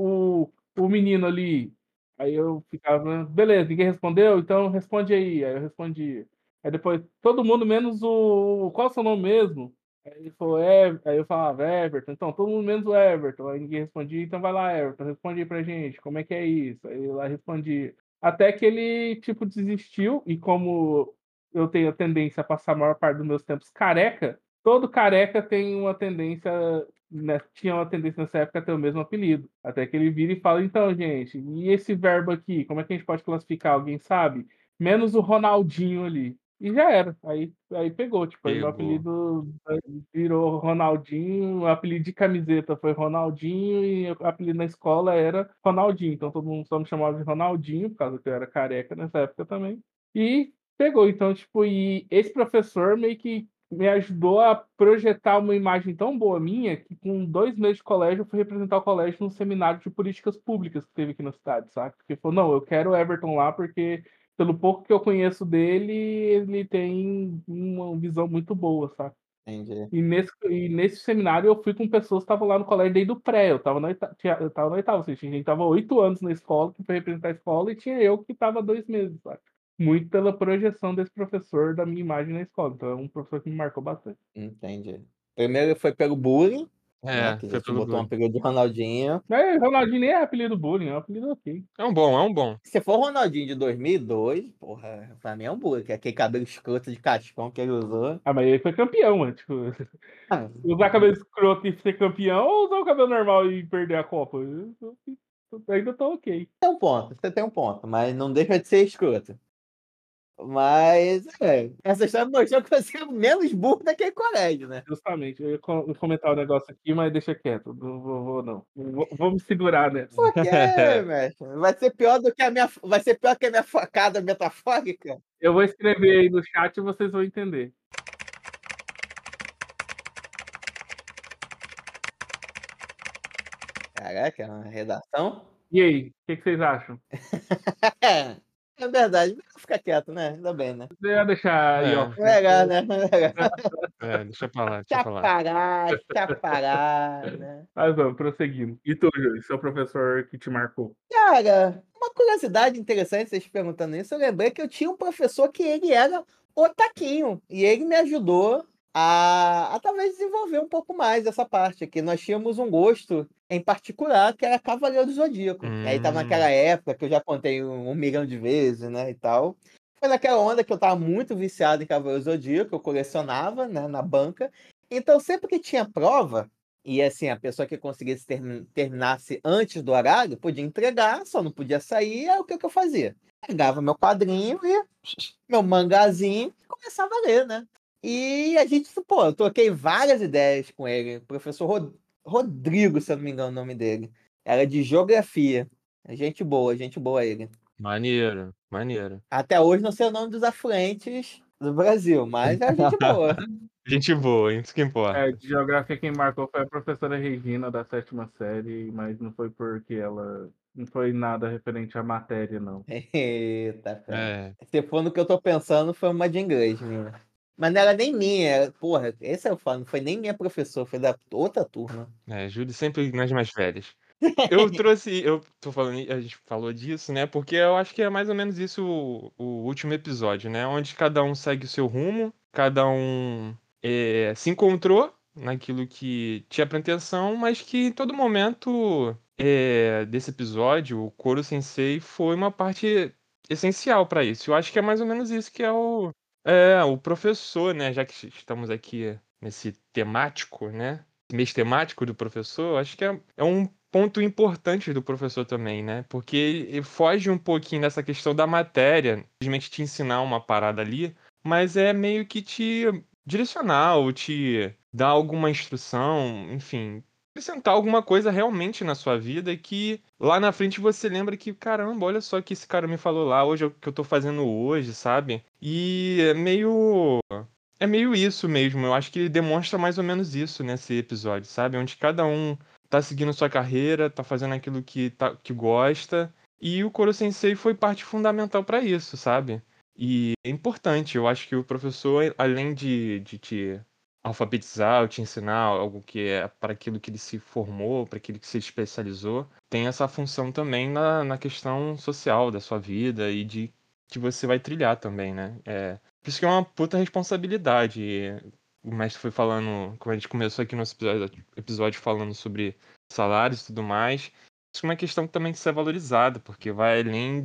o menino ali. Aí eu ficava, beleza, ninguém respondeu, então responde aí. Aí eu respondi. Aí depois, todo mundo menos qual é o seu nome mesmo? Aí ele falou, aí eu falava, Everton. Então, todo mundo menos o Everton. Aí ninguém respondia, então vai lá, Everton, responde aí pra gente, como é que é isso? Aí eu lá respondi. Até que ele, tipo, desistiu, e como eu tenho a tendência a passar a maior parte dos meus tempos careca, todo careca tem uma tendência, né, tinha uma tendência nessa época a ter o mesmo apelido. Até que ele vira e fala, então, gente, e esse verbo aqui, como é que a gente pode classificar? Alguém sabe? Menos o Ronaldinho ali. E já era. Aí pegou, tipo, aí meu Pegou. apelido virou Ronaldinho, o apelido de camiseta foi Ronaldinho e o apelido na escola era Ronaldinho. Então todo mundo só me chamava de Ronaldinho, por causa que eu era careca nessa época também. E pegou. Então, tipo, e esse professor meio que me ajudou a projetar uma imagem tão boa minha que com 2 meses de colégio eu fui representar o colégio num seminário de políticas públicas que teve aqui na cidade, sabe? Porque falou, não, eu quero o Everton lá porque pelo pouco que eu conheço dele, ele tem uma visão muito boa, sabe? Entendi. E nesse seminário eu fui com pessoas que estavam lá no colégio desde o pré. Eu tava na oitava, ou seja, a gente tava 8 anos na escola, que foi representar a escola, e tinha eu que tava 2 meses, sabe? Muito pela projeção desse professor da minha imagem na escola. Então é um professor que me marcou bastante. Entendi. Primeiro foi pelo bullying, né? Que já Foi te pelo botou um bullying. apelido de Ronaldinho. Mas Ronaldinho nem é apelido bullying, é um apelido ok. É um bom, é um bom. Se for o Ronaldinho de 2002, porra, pra mim é um bullying, que é aquele cabelo escroto de cascão que ele usou. Ah, mas ele foi campeão, mano. Tipo, Ah, usar cabelo escroto e ser campeão ou usar o cabelo normal e perder a Copa? Eu ainda tô ok. tem um ponto, você tem um ponto, mas não deixa de ser escroto. Mas, essa história mostrou que você é menos burro daquele colégio, né? Justamente. Eu ia comentar o negócio aqui, mas deixa quieto. Não vou não. Vou me segurar nessa. Por quê, mestre? Vai ser pior que a minha facada metafórica? Eu vou escrever aí no chat e vocês vão entender. Caraca, é uma redação? E aí, o que vocês acham? É verdade, melhor ficar quieto, né? Ainda bem, né? Você ia deixar aí, ó. Legal, né? Legal. Deixa pra lá, deixa Deixa pra lá. parar, né? Mas vamos, prosseguindo. E tu, Júlio, seu professor que te marcou? Cara, uma curiosidade interessante, vocês perguntando isso, eu lembrei que eu tinha um professor que ele era otaquinho, e ele me ajudou a talvez desenvolver um pouco mais essa parte aqui. Nós tínhamos um gosto em particular que era Cavaleiro do Zodíaco. E aí tava naquela época que eu já contei 1 milhão de vezes, né, e tal. Foi naquela onda que eu tava muito viciado em Cavaleiro do Zodíaco, eu colecionava, né, na banca. Então sempre que tinha prova, e assim, a pessoa que conseguisse terminasse antes do horário podia entregar, só não podia sair. Aí o que eu fazia? Pegava meu quadrinho e meu mangazinho e começava a ler, né? E a gente, pô, eu troquei várias ideias com ele. O professor Rodrigo, se eu não me engano o nome dele. Era de geografia. Gente boa ele. Maneiro, maneiro. Até hoje não sei o nome dos afluentes do Brasil, mas é gente boa. Gente boa, isso que importa. De geografia quem marcou foi a professora Regina da 7ª série, mas não foi porque ela... Não foi nada referente à matéria, não. Eita, cara. É. Se for no que eu tô pensando, foi uma de inglês, minha. Mas não era nem minha, porra, esse é o falo, não foi nem minha professora, foi da outra turma. Júlio sempre nas mais velhas. Eu tô falando, a gente falou disso, né? Porque eu acho que é mais ou menos isso o último episódio, né? Onde cada um segue o seu rumo, cada um se encontrou naquilo que tinha pretensão, mas que em todo momento desse episódio, o Koro Sensei foi uma parte essencial para isso. Eu acho que é mais ou menos isso que é o professor, né? Já que estamos aqui nesse temático, né? Mês temático do professor, acho que é um ponto importante do professor também, né? Porque ele foge um pouquinho dessa questão da matéria, simplesmente te ensinar uma parada ali, mas é meio que te direcionar ou te dar alguma instrução, enfim, acrescentar alguma coisa realmente na sua vida que lá na frente você lembra que, caramba, olha só o que esse cara me falou lá, hoje é o que eu tô fazendo hoje, sabe? E é meio isso mesmo. Eu acho que ele demonstra mais ou menos isso nesse episódio, sabe? Onde cada um tá seguindo sua carreira, tá fazendo aquilo que gosta E o Koro Sensei foi parte fundamental para isso, sabe? E é importante, eu acho que o professor, além de te alfabetizar ou te ensinar algo que é para aquilo que ele se formou, para aquilo que se especializou, tem essa função também na questão social da sua vida e de que você vai trilhar também, né? Por isso que é uma puta responsabilidade. E o mestre foi falando, como a gente começou aqui no episódio falando sobre salários e tudo mais, isso é uma questão que também tem que ser valorizada, porque vai além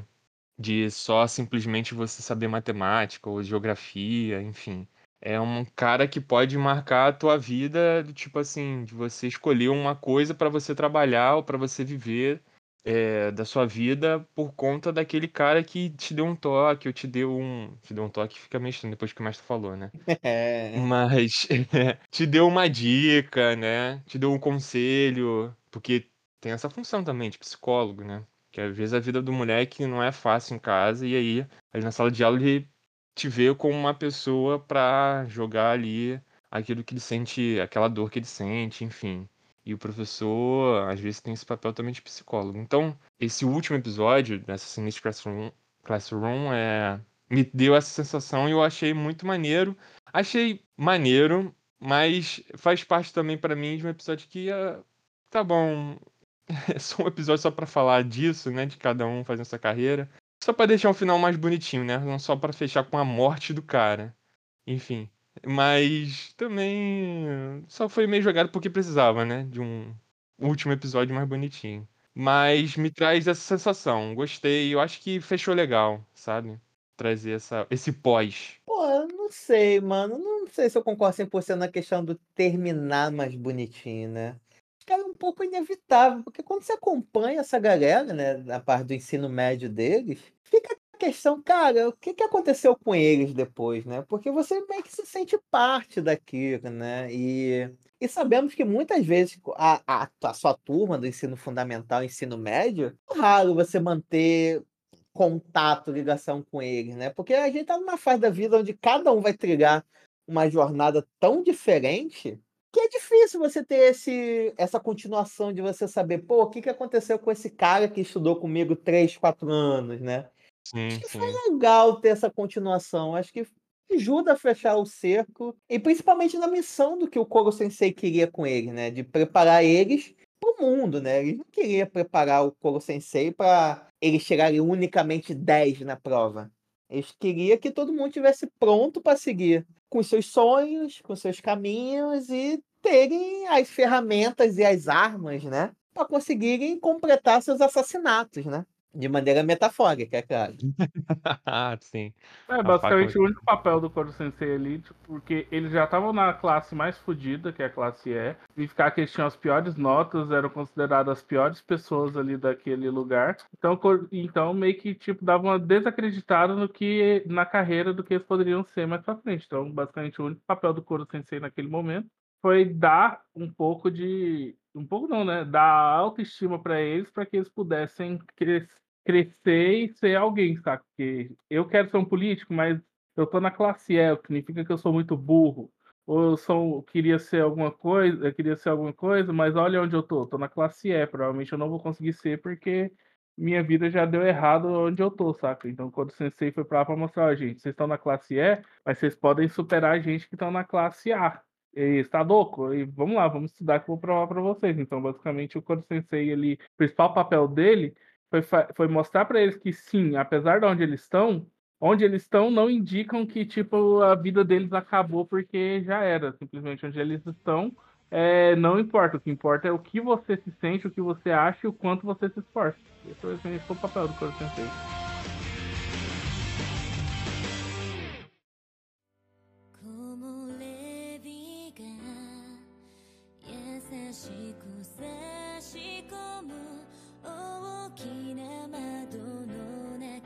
de só simplesmente você saber matemática ou geografia, enfim. É um cara que pode marcar a tua vida, do tipo assim, de você escolher uma coisa para você trabalhar ou para você viver da sua vida por conta daquele cara que te deu um toque, ou te deu um. Te deu um toque, fica meio estranho depois que o mestre falou, né? É. Mas te deu uma dica, né? Te deu um conselho, porque tem essa função também de psicólogo, né? Que às vezes a vida do moleque não é fácil em casa, e aí na sala de aula ele te vê como uma pessoa pra jogar ali aquilo que ele sente, aquela dor que ele sente, enfim. E o professor, às vezes, tem esse papel também de psicólogo. Então, esse último episódio dessa Sinistro Classroom me deu essa sensação e eu achei muito maneiro. Achei maneiro, mas faz parte também pra mim de um episódio que tá bom, é só um episódio só pra falar disso, né, de cada um fazendo essa carreira. Só pra deixar um final mais bonitinho, né? Não só pra fechar com a morte do cara. Enfim, mas também só foi meio jogado porque precisava, né, de um último episódio mais bonitinho. Mas me traz essa sensação. Gostei, eu acho que fechou legal, sabe? Trazer esse pós. Pô, eu não sei, mano. Não sei se eu concordo 100% na questão do terminar mais bonitinho, né? Acho que é um pouco inevitável, porque quando você acompanha essa galera, né, na parte do ensino médio deles, fica a questão, cara, o que que aconteceu com eles depois, né? Porque você meio que se sente parte daquilo, né? E sabemos que muitas vezes a sua turma do ensino fundamental, ensino médio, é raro você manter contato, ligação com eles, né, porque a gente tá numa fase da vida onde cada um vai trilhar uma jornada tão diferente, que é difícil você ter essa continuação de você saber: "Pô, o que que aconteceu com esse cara que estudou comigo 3, 4 anos", né. Acho Sim, que foi sim. legal ter essa continuação, acho que ajuda a fechar o cerco, e principalmente na missão do que o Koro Sensei queria com eles, né, de preparar eles para o mundo, né. Ele não queria preparar o Koro Sensei para eles tirarem unicamente 10 na prova. Eles queria que todo mundo estivesse pronto para seguir com os seus sonhos, com os seus caminhos e terem as ferramentas e as armas, né, para conseguirem completar seus assassinatos, né. De maneira metafórica, é claro. Sim. É A faca. basicamente o único papel do Koro Sensei ali, tipo, porque eles já estavam na classe mais fodida, que é a classe E, e ficar que eles tinham as piores notas, eram consideradas as piores pessoas ali daquele lugar. Então meio que tipo dava uma desacreditada na carreira do que eles poderiam ser mais pra frente. Então, basicamente, o único papel do Koro Sensei naquele momento foi dar um pouco não, né? Dar autoestima pra eles, para que eles pudessem crescer e ser alguém, saca? Porque eu quero ser um político, mas eu tô na classe E, o que significa que eu sou muito burro. Ou queria ser alguma coisa, mas olha onde eu tô na classe E, provavelmente eu não vou conseguir ser porque minha vida já deu errado onde eu tô, saca? Então, quando o sensei foi pra lá pra mostrar, ó, gente, vocês estão na classe E, mas vocês podem superar a gente que estão na classe A. E está louco? E vamos lá, vamos estudar que eu vou provar pra vocês. Então, basicamente, o Koro Sensei, ele, o principal papel dele foi mostrar para eles que sim, apesar de onde eles estão não indicam que tipo a vida deles acabou porque já era. Simplesmente onde eles estão não importa. O que importa é o que você se sente, o que você acha e o quanto você se esforça. Esse foi o papel do Koro Sensei. 木漏れ日が優しく差し込む大きな窓の中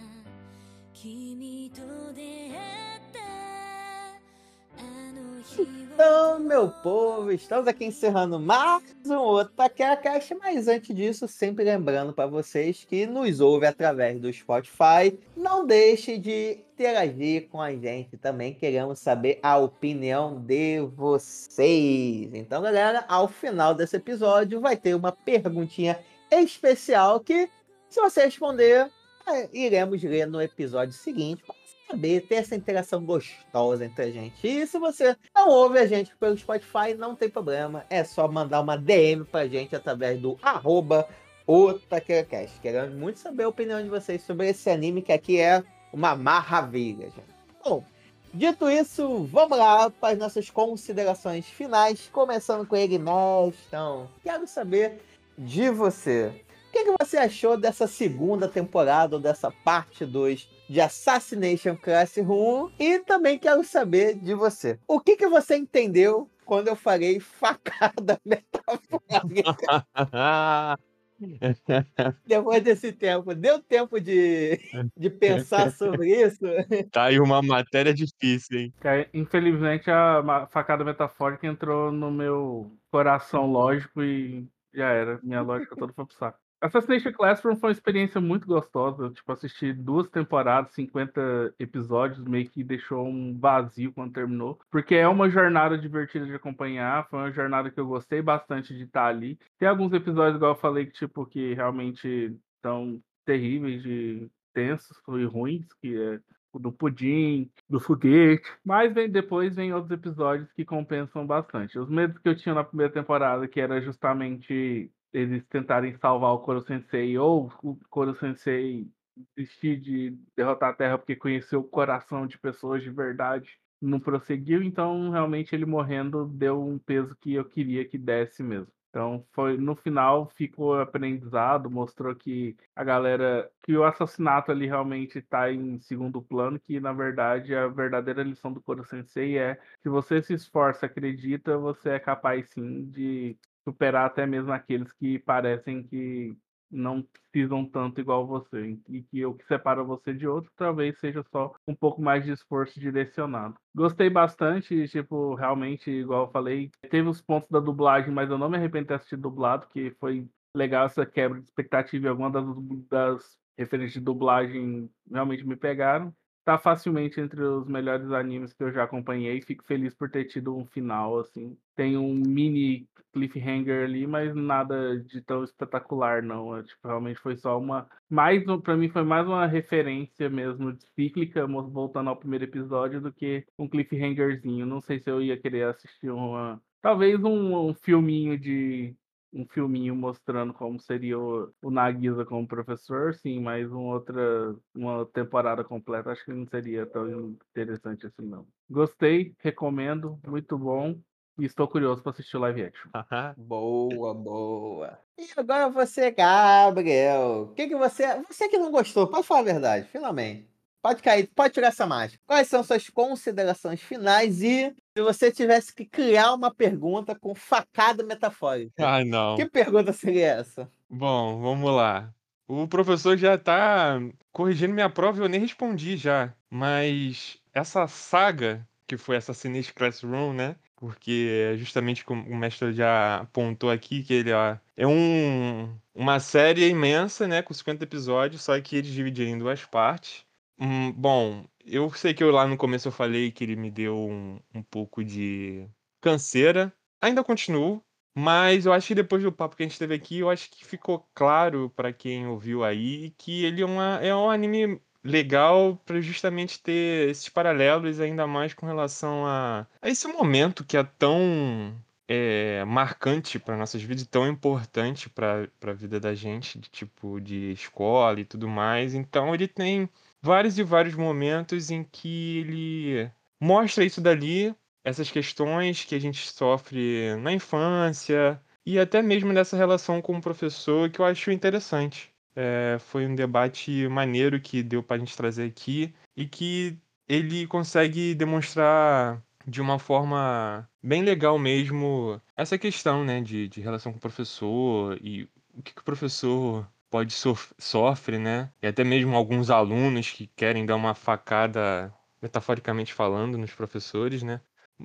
君と出会ったあの日を Então, meu povo, estamos aqui encerrando mais um Otakeracast, mas antes disso, sempre lembrando para vocês que nos ouve através do Spotify, não deixe de interagir com a gente também, queremos saber a opinião de vocês. Então, galera, ao final desse episódio vai ter uma perguntinha especial que Se você responder, iremos ler no episódio seguinte para saber, ter essa interação gostosa entre a gente. E se você não ouve a gente pelo Spotify, não tem problema. É só mandar uma DM pra gente através do @OtaqueraCast. Queremos muito saber a opinião de vocês sobre esse anime, que aqui é uma maravilha, gente. Bom, dito isso, vamos lá para as nossas considerações finais, começando com ele, Então, quero saber de você. O que você achou dessa segunda temporada, ou dessa parte 2 de Assassination Classroom? E também quero saber de você. O que você entendeu quando eu falei facada metafórica? Depois desse tempo, deu tempo de pensar sobre isso? Tá aí uma matéria difícil, hein? Infelizmente, a facada metafórica entrou no meu coração lógico e já era. Minha lógica toda foi pro saco. Assassination Classroom foi uma experiência muito gostosa. Tipo, assisti 2 temporadas, 50 episódios, meio que deixou um vazio quando terminou. Porque é uma jornada divertida de acompanhar, foi uma jornada que eu gostei bastante de estar ali. Tem alguns episódios, igual eu falei, que realmente estão terríveis, de tensos e ruins, que é do pudim, do foguete. Mas depois vem outros episódios que compensam bastante. Os medos que eu tinha na primeira temporada, que era justamente eles tentarem salvar o Koro Sensei, ou o Koro Sensei desistir de derrotar a Terra porque conheceu o coração de pessoas de verdade, não prosseguiu. Então realmente ele morrendo deu um peso que eu queria que desse mesmo. Então foi, no final ficou aprendizado, mostrou que a galera, que o assassinato ali realmente está em segundo plano, que na verdade a verdadeira lição do Koro Sensei é: se você se esforça, acredita, você é capaz sim de superar até mesmo aqueles que parecem que não precisam tanto igual você, e que o que separa você de outro talvez seja só um pouco mais de esforço direcionado. Gostei bastante, tipo, realmente, igual eu falei, teve os pontos da dublagem, mas eu não me arrependo de ter assistido dublado, que foi legal essa quebra de expectativa, e algumas das referências de dublagem realmente me pegaram. Tá facilmente entre os melhores animes que eu já acompanhei. Fico feliz por ter tido um final, assim. Tem um mini cliffhanger ali, mas nada de tão espetacular, não. Tipo, realmente foi só uma... Pra mim foi mais uma referência mesmo, cíclica, voltando ao primeiro episódio, do que um cliffhangerzinho. Não sei se eu ia querer assistir talvez um filminho um filminho mostrando como seria o Nagisa como professor, sim, mas uma temporada completa acho que não seria tão interessante assim, não. Gostei, recomendo, muito bom, e estou curioso para assistir o live action. Boa, boa. E agora você, Gabriel. O que você... Você que não gostou, pode falar a verdade, finalmente. Pode cair, pode tirar essa máscara. Quais são suas considerações finais? E se você tivesse que criar uma pergunta com facada metafórica, Ai, não. que pergunta seria essa? Bom, vamos lá. O professor já tá corrigindo minha prova e eu nem respondi já. Mas essa saga, que foi Assassination Classroom, né? Porque é justamente como o mestre já apontou aqui, que ele ó, é uma série imensa, né? Com 50 episódios, só que eles dividiram em 2 partes. Bom, eu sei que lá no começo eu falei que ele me deu um pouco de canseira. Ainda continuo. Mas eu acho que depois do papo que a gente teve aqui, eu acho que ficou claro pra quem ouviu aí que ele é um anime legal pra justamente ter esses paralelos, ainda mais com relação a esse momento que é tão marcante para nossas vidas, e tão importante para a vida da gente, de tipo de escola e tudo mais. Então ele tem vários e vários momentos em que ele mostra isso dali, essas questões que a gente sofre na infância e até mesmo nessa relação com o professor, que eu acho interessante. Foi um debate maneiro que deu para a gente trazer aqui e que ele consegue demonstrar de uma forma bem legal mesmo essa questão, né, de relação com o professor e o que o professor pode sofre, né? E até mesmo alguns alunos que querem dar uma facada, metaforicamente falando, nos professores, né?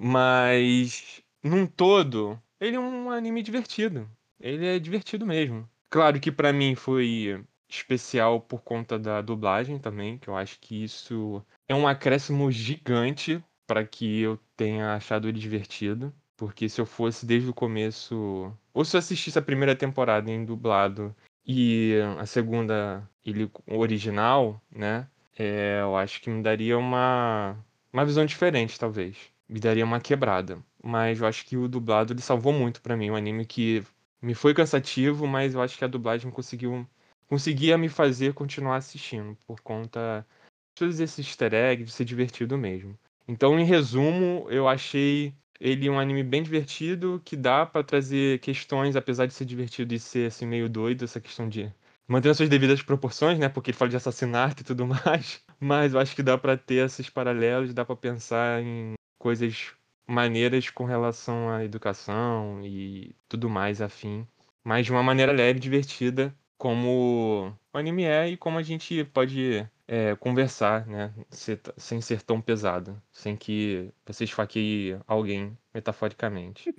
Mas, num todo, ele é um anime divertido. Ele é divertido mesmo. Claro que pra mim foi especial por conta da dublagem também, que eu acho que isso é um acréscimo gigante para que eu tenha achado ele divertido. Porque se eu fosse desde o começo, ou se eu assistisse a primeira temporada em dublado e a segunda, ele original, né? Eu acho que me daria uma visão diferente, talvez. Me daria uma quebrada. Mas eu acho que o dublado, ele salvou muito pra mim. Um anime que me foi cansativo, mas eu acho que a dublagem conseguia me fazer continuar assistindo, por conta de todos esses easter eggs, de ser divertido mesmo. Então, em resumo, eu achei ele um anime bem divertido, que dá pra trazer questões, apesar de ser divertido e ser assim meio doido, essa questão de manter suas devidas proporções, né? Porque ele fala de assassinato e tudo mais. Mas eu acho que dá pra ter esses paralelos, dá pra pensar em coisas maneiras com relação à educação e tudo mais afim, mas de uma maneira leve e divertida, como o anime é e como a gente pode conversar, né? Sem ser tão pesado, sem que você esfaqueie alguém metaforicamente.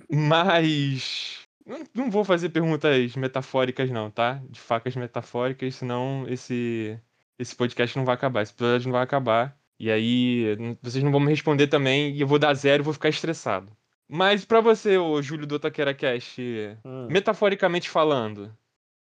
Mas não vou fazer perguntas metafóricas não, tá? De facas metafóricas, senão esse podcast não vai acabar, esse episódio não vai acabar. E aí, vocês não vão me responder também, e eu vou dar 0 e vou ficar estressado. Mas pra você, ô Júlio do Otaquera Cast, metaforicamente falando,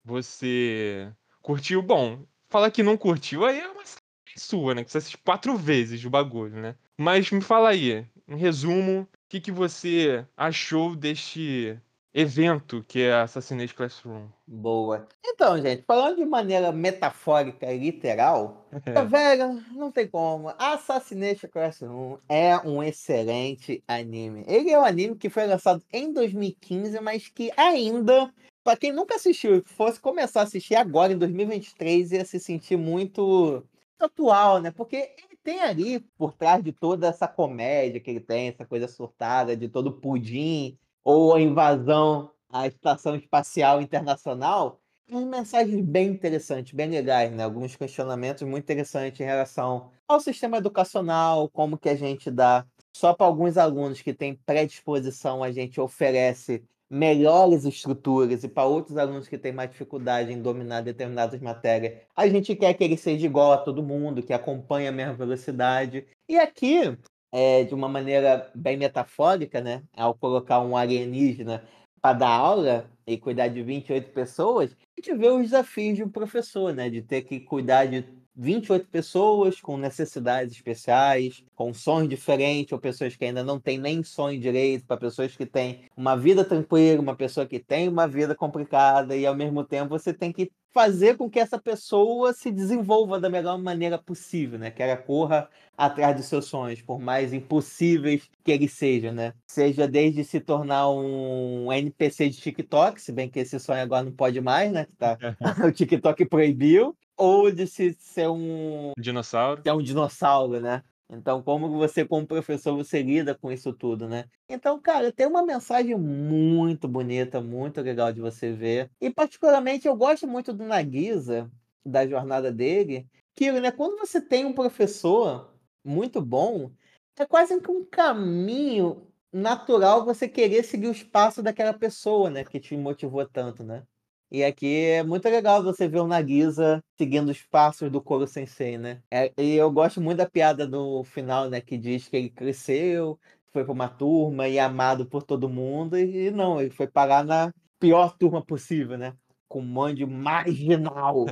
você curtiu? Bom, falar que não curtiu aí é uma sua, né? Que você assistiu 4 vezes o bagulho, né? Mas me fala aí, em resumo, o que você achou deste evento que é Assassination Classroom? Boa. Então, gente, falando de maneira metafórica e literal, velho, não tem como. Assassination Classroom é um excelente anime. Ele é um anime que foi lançado em 2015, mas que ainda, pra quem nunca assistiu e fosse começar a assistir agora, em 2023, ia se sentir muito atual, né? Porque ele tem ali, por trás de toda essa comédia que ele tem, essa coisa surtada de todo pudim, ou a invasão à Estação Espacial Internacional, umas mensagens bem interessantes, bem legais, né? Alguns questionamentos muito interessantes em relação ao sistema educacional, como que a gente dá só para alguns alunos que têm predisposição, a gente oferece melhores estruturas, e para outros alunos que têm mais dificuldade em dominar determinadas matérias, a gente quer que ele seja igual a todo mundo, que acompanhe a mesma velocidade. E aqui, de uma maneira bem metafórica, né? Ao colocar um alienígena para dar aula e cuidar de 28 pessoas, a gente vê os desafios de um professor, né? De ter que cuidar de 28 pessoas com necessidades especiais, com sonhos diferentes, ou pessoas que ainda não têm nem sonho direito, para pessoas que têm uma vida tranquila, uma pessoa que tem uma vida complicada, e ao mesmo tempo você tem que fazer com que essa pessoa se desenvolva da melhor maneira possível, né? Que ela corra atrás dos seus sonhos, por mais impossíveis que eles sejam, né? Seja desde se tornar um NPC de TikTok, se bem que esse sonho agora não pode mais, né? Tá. O TikTok proibiu, ou de se ser um Dinossauro. É um dinossauro, né? Então, como você, como professor, você lida com isso tudo, né? Então, cara, tem uma mensagem muito bonita, muito legal de você ver. E, particularmente, eu gosto muito do Nagisa, da jornada dele, que, né, quando você tem um professor muito bom, é quase que um caminho natural você querer seguir os passos daquela pessoa, né? Que te motivou tanto, né? E aqui é muito legal você ver o Nagisa seguindo os passos do Koro Sensei, né? E eu gosto muito da piada no final, né? Que diz que ele cresceu, foi para uma turma e é amado por todo mundo. E não, ele foi parar na pior turma possível, né? Com um monte de marginal.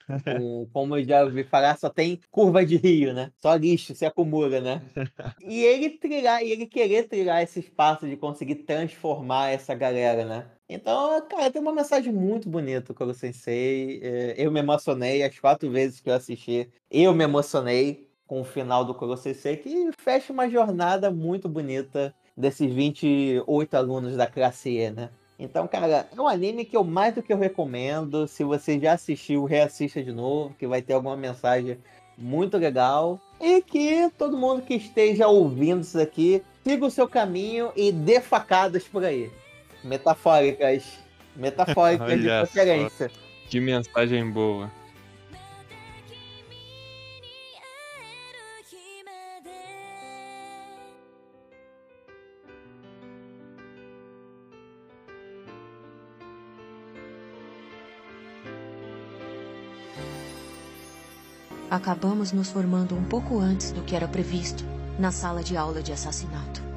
Como eu já ouvi falar, só tem curva de rio, né? Só lixo se acumula, né? E ele querer trilhar esse espaço de conseguir transformar essa galera, né? Então, cara, tem uma mensagem muito bonita, Koro Sensei. Eu me emocionei as 4 vezes que eu assisti. Eu me emocionei com o final do Koro Sensei, que fecha uma jornada muito bonita desses 28 alunos da classe E, né? Então, cara, é um anime que eu mais do que eu recomendo. Se você já assistiu, reassista de novo, que vai ter alguma mensagem muito legal. E que todo mundo que esteja ouvindo isso aqui siga o seu caminho e dê facadas por aí. Metafóricas de Olha preferência. só, que mensagem boa. Acabamos nos formando um pouco antes do que era previsto, na sala de aula de assassinato.